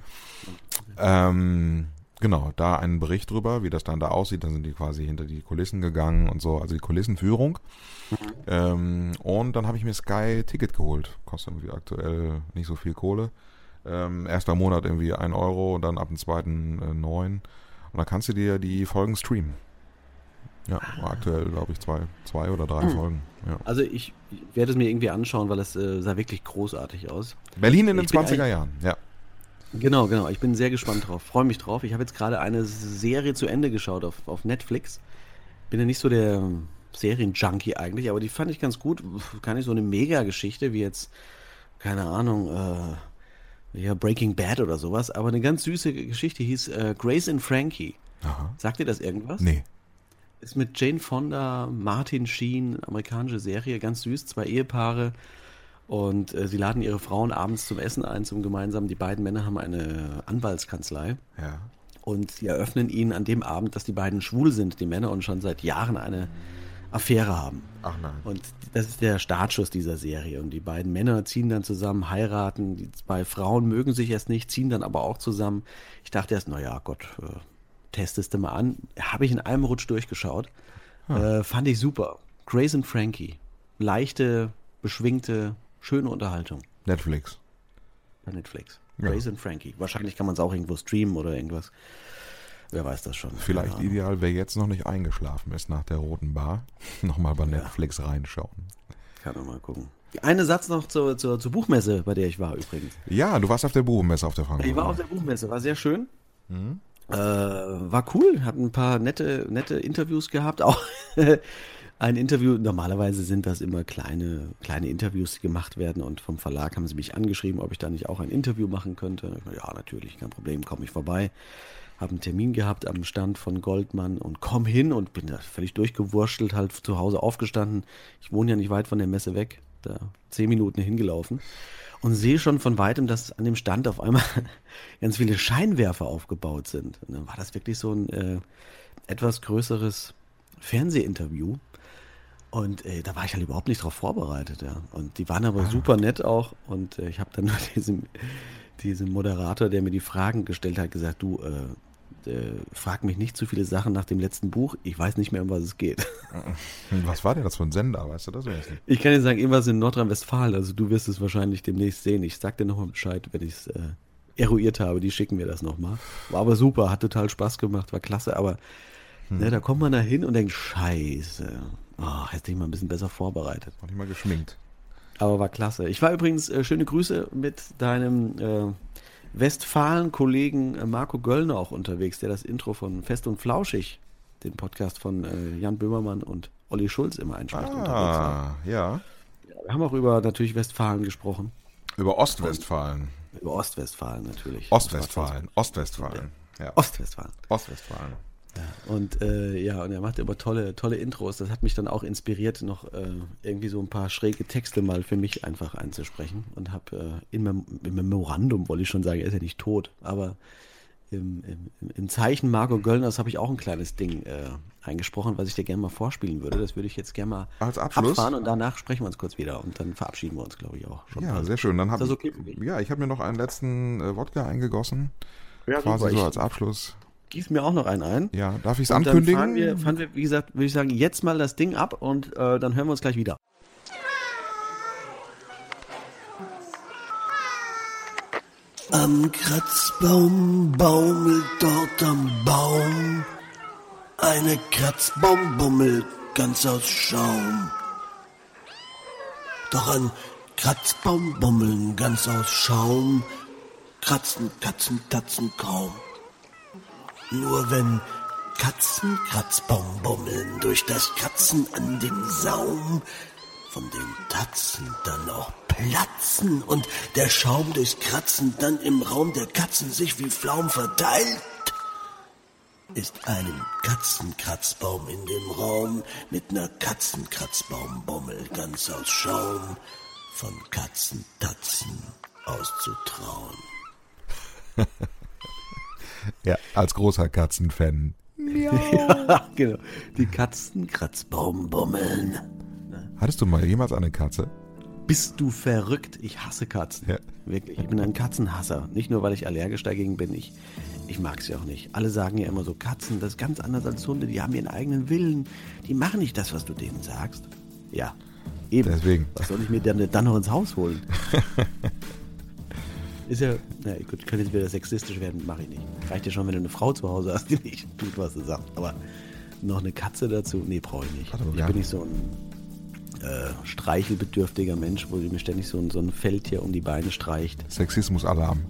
A: Ähm, genau, da einen Bericht drüber, wie das dann da aussieht. Dann sind die quasi hinter die Kulissen gegangen und so, also die Kulissenführung. Ähm, und dann habe ich mir Sky Ticket geholt. Kostet irgendwie aktuell nicht so viel Kohle. Ähm, erster Monat irgendwie ein Euro und dann ab dem zweiten äh, neun. Und dann kannst du dir die Folgen streamen. Ja, aktuell glaube ich zwei, zwei oder drei Folgen. Ja.
B: Also ich, ich werde es mir irgendwie anschauen, weil es äh, sah wirklich großartig aus.
A: Berlin in den
B: Ich bin
A: zwanziger Jahren, ja.
B: Genau, genau. Ich bin sehr gespannt drauf. Freue mich drauf. Ich habe jetzt gerade eine Serie zu Ende geschaut auf, auf Netflix. Bin ja nicht so der ähm, Serien-Junkie eigentlich, aber die fand ich ganz gut. Gar nicht so eine Mega-Geschichte wie jetzt, keine Ahnung, äh, ja, Breaking Bad oder sowas. Aber eine ganz süße Geschichte hieß äh, Grace and Frankie.
A: Aha.
B: Sagt dir das irgendwas?
A: Nee.
B: Ist mit Jane Fonda, Martin Sheen, amerikanische Serie, ganz süß, zwei Ehepaare und äh, sie laden ihre Frauen abends zum Essen ein, zum gemeinsamen. Die beiden Männer haben eine Anwaltskanzlei
A: Ja.
B: und sie eröffnen ihnen an dem Abend, dass die beiden schwul sind, die Männer, und schon seit Jahren eine Affäre haben.
A: Ach nein.
B: Und das ist der Startschuss dieser Serie. Und die beiden Männer ziehen dann zusammen, heiraten. Die zwei Frauen mögen sich erst nicht, ziehen dann aber auch zusammen. Ich dachte erst, naja, Gott, äh, testest du mal an. Habe ich in einem Rutsch durchgeschaut. Äh, fand ich super. Grace and Frankie. Leichte, beschwingte, schöne Unterhaltung
A: Netflix.
B: bei Netflix.
A: Ja.
B: Grace and Frankie. Wahrscheinlich kann man es auch irgendwo streamen oder irgendwas. Wer weiß das schon.
A: Vielleicht
B: Keine Ahnung.
A: ideal, wer jetzt noch nicht eingeschlafen ist nach der Roten Bar, nochmal bei Netflix reinschauen.
B: Kann man mal gucken. Eine Satz noch zur, zur, zur Buchmesse, bei der ich war übrigens.
A: Ja, du warst auf der Buchmesse auf der Frankfurter.
B: Ich war auf der Buchmesse, war sehr schön.
A: Mhm.
B: Äh, war cool, hat ein paar nette, nette Interviews gehabt. Auch ein Interview, normalerweise sind das immer kleine, kleine Interviews, die gemacht werden, und vom Verlag haben sie mich angeschrieben, ob ich da nicht auch ein Interview machen könnte. Ich, ja, natürlich, kein Problem, komme ich vorbei. Habe einen Termin gehabt am Stand von Goldmann und komm hin und bin da völlig durchgewurschtelt, halt zu Hause aufgestanden. Ich wohne ja nicht weit von der Messe weg, da zehn Minuten hingelaufen. Und sehe schon von weitem, dass an dem Stand auf einmal ganz viele Scheinwerfer aufgebaut sind. Und dann war das wirklich so ein äh, etwas größeres Fernsehinterview. Und äh, da war ich halt überhaupt nicht drauf vorbereitet. Ja. Und die waren aber super nett auch. Und äh, ich habe dann nur diesem, diesem Moderator, der mir die Fragen gestellt hat, gesagt, du, äh, äh, frag mich nicht zu viele Sachen nach dem letzten Buch. Ich weiß nicht mehr, um was es geht.
A: Was war denn das für ein Sender, weißt du das? Oder nicht?
B: Ich kann dir sagen, irgendwas in Nordrhein-Westfalen, also du wirst es wahrscheinlich demnächst sehen. Ich sag dir nochmal Bescheid, wenn ich es äh, eruiert habe. Die schicken mir das nochmal. War aber super, hat total Spaß gemacht, war klasse, aber hm. ne, da kommt man da hin und denkt, scheiße, oh, hätte ich mal ein bisschen besser vorbereitet.
A: War nicht mal geschminkt.
B: Aber war klasse. Ich war übrigens, äh, schöne Grüße mit deinem äh, Westfalen-Kollegen äh, Marco Göllner auch unterwegs, der das Intro von Fest und Flauschig, den Podcast von äh, Jan Böhmermann und Olli Schulz immer einspricht. unterwegs war.
A: Ah, ja.
B: Wir haben auch über natürlich Westfalen gesprochen.
A: Über Ostwestfalen.
B: Über Ostwestfalen natürlich.
A: Ostwestfalen. Ostwestfalen. Ja.
B: Ostwestfalen.
A: Ostwestfalen.
B: Und äh, ja, und er macht immer tolle, tolle Intros. Das hat mich dann auch inspiriert, noch äh, irgendwie so ein paar schräge Texte mal für mich einfach einzusprechen. Und habe äh, im, Mem im Memorandum, wollte ich schon sagen, er ist ja nicht tot, aber im, im, im Zeichen Marco Göllners habe ich auch ein kleines Ding äh, eingesprochen, was ich dir gerne mal vorspielen würde. Das würde ich jetzt gerne mal
A: Als Abschluss?
B: abfahren und danach sprechen wir uns kurz wieder und dann verabschieden wir uns, glaube ich, auch schon.
A: Ja,
B: Also,
A: sehr schön. Dann hab
B: ist das
A: ich,
B: okay für dich?
A: ja, ich habe mir noch einen letzten äh, Wodka eingegossen.
B: Ja,
A: quasi
B: super.
A: so
B: Ich
A: als Abschluss.
B: Gieß mir auch noch einen ein.
A: Ja, darf ich es
B: Und dann
A: ankündigen?
B: fahren wir, fahren wir, wie gesagt, würde ich sagen, jetzt mal das Ding ab und äh, dann hören wir uns gleich wieder.
C: Am Kratzbaum baumelt dort am Baum eine Kratzbaumbummel ganz aus Schaum. Doch an Kratzbaumbummeln ganz aus Schaum kratzen Katzen, Tatzen kaum. Nur wenn Katzen Kratzbaumbummeln durch das Kratzen an dem Saum von den Tatzen dann auch platzen und der Schaum durchs Kratzen dann im Raum der Katzen sich wie Pflaum verteilt, ist einem Katzenkratzbaum in dem Raum mit ner Katzenkratzbaumbummel ganz aus Schaum von Katzentatzen auszutrauen.
A: Ja, als großer Katzenfan.
B: Ja, genau. Die Katzenkratzbaumbummeln.
A: Hattest du mal jemals eine Katze?
B: Bist du verrückt? Ich hasse Katzen.
A: Ja.
B: Wirklich. Ich bin ein Katzenhasser. Nicht nur, weil ich allergisch dagegen bin. Ich, ich mag sie auch nicht. Alle sagen ja immer so, Katzen, das ist ganz anders als Hunde. Die haben ihren eigenen Willen. Die machen nicht das, was du denen sagst. Ja, eben.
A: Deswegen.
B: Was soll ich mir dann, dann noch ins Haus holen? Ist ja, na gut, ich könnte jetzt wieder sexistisch werden, mache ich nicht. Reicht ja schon, wenn du eine Frau zu Hause hast, die nicht tut, was du sagst. Aber noch eine Katze dazu? Nee, brauche ich nicht.
A: Warte mal,
B: Ich
A: ja.
B: bin nicht so ein äh, streichelbedürftiger Mensch, wo mir ständig so ein, so ein Feldtier um die Beine streicht.
A: Sexismus-Alarm.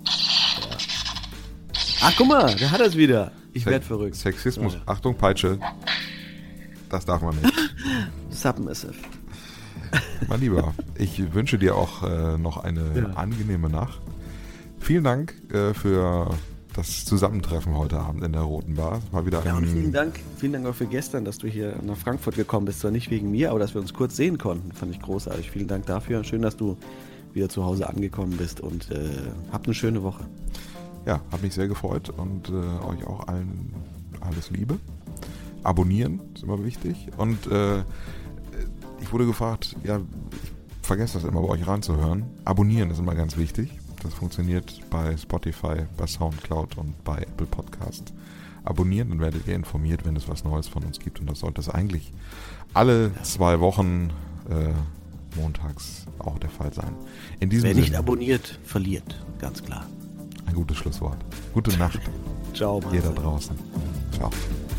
B: Ach, guck mal, der hat es wieder. Ich
A: Se-
B: werde verrückt.
A: Sexismus.
B: Ja.
A: Achtung, Peitsche. Das darf man nicht.
B: Submissive.
A: Mein Lieber, ich wünsche dir auch äh, noch eine
B: Ja.
A: angenehme Nacht. Vielen Dank äh, für das Zusammentreffen heute Abend in der Roten Bar. War wieder
B: Ja, und vielen
A: ein,
B: Dank, vielen Dank auch für gestern, dass du hier nach Frankfurt gekommen bist. Zwar nicht wegen mir, aber dass wir uns kurz sehen konnten. Fand ich großartig. Vielen Dank dafür. Schön, dass du wieder zu Hause angekommen bist und äh, habt eine schöne Woche.
A: ja, hat mich sehr gefreut und äh, euch auch allen alles Liebe. Abonnieren ist immer wichtig. Und äh, ich wurde gefragt, ja, ich vergesse das immer bei euch reinzuhören. Abonnieren ist immer ganz wichtig. Das funktioniert bei Spotify, bei Soundcloud und bei Apple Podcast. Abonnieren, dann werdet ihr informiert, wenn es was Neues von uns gibt. Und das sollte es eigentlich alle zwei Wochen äh, montags auch der Fall sein. In diesem
B: Wer nicht
A: Sinne,
B: abonniert, verliert. Ganz klar.
A: ein gutes Schlusswort. Gute Nacht,
B: Ciao,
A: ihr da
B: Marcel.
A: draußen. Ciao.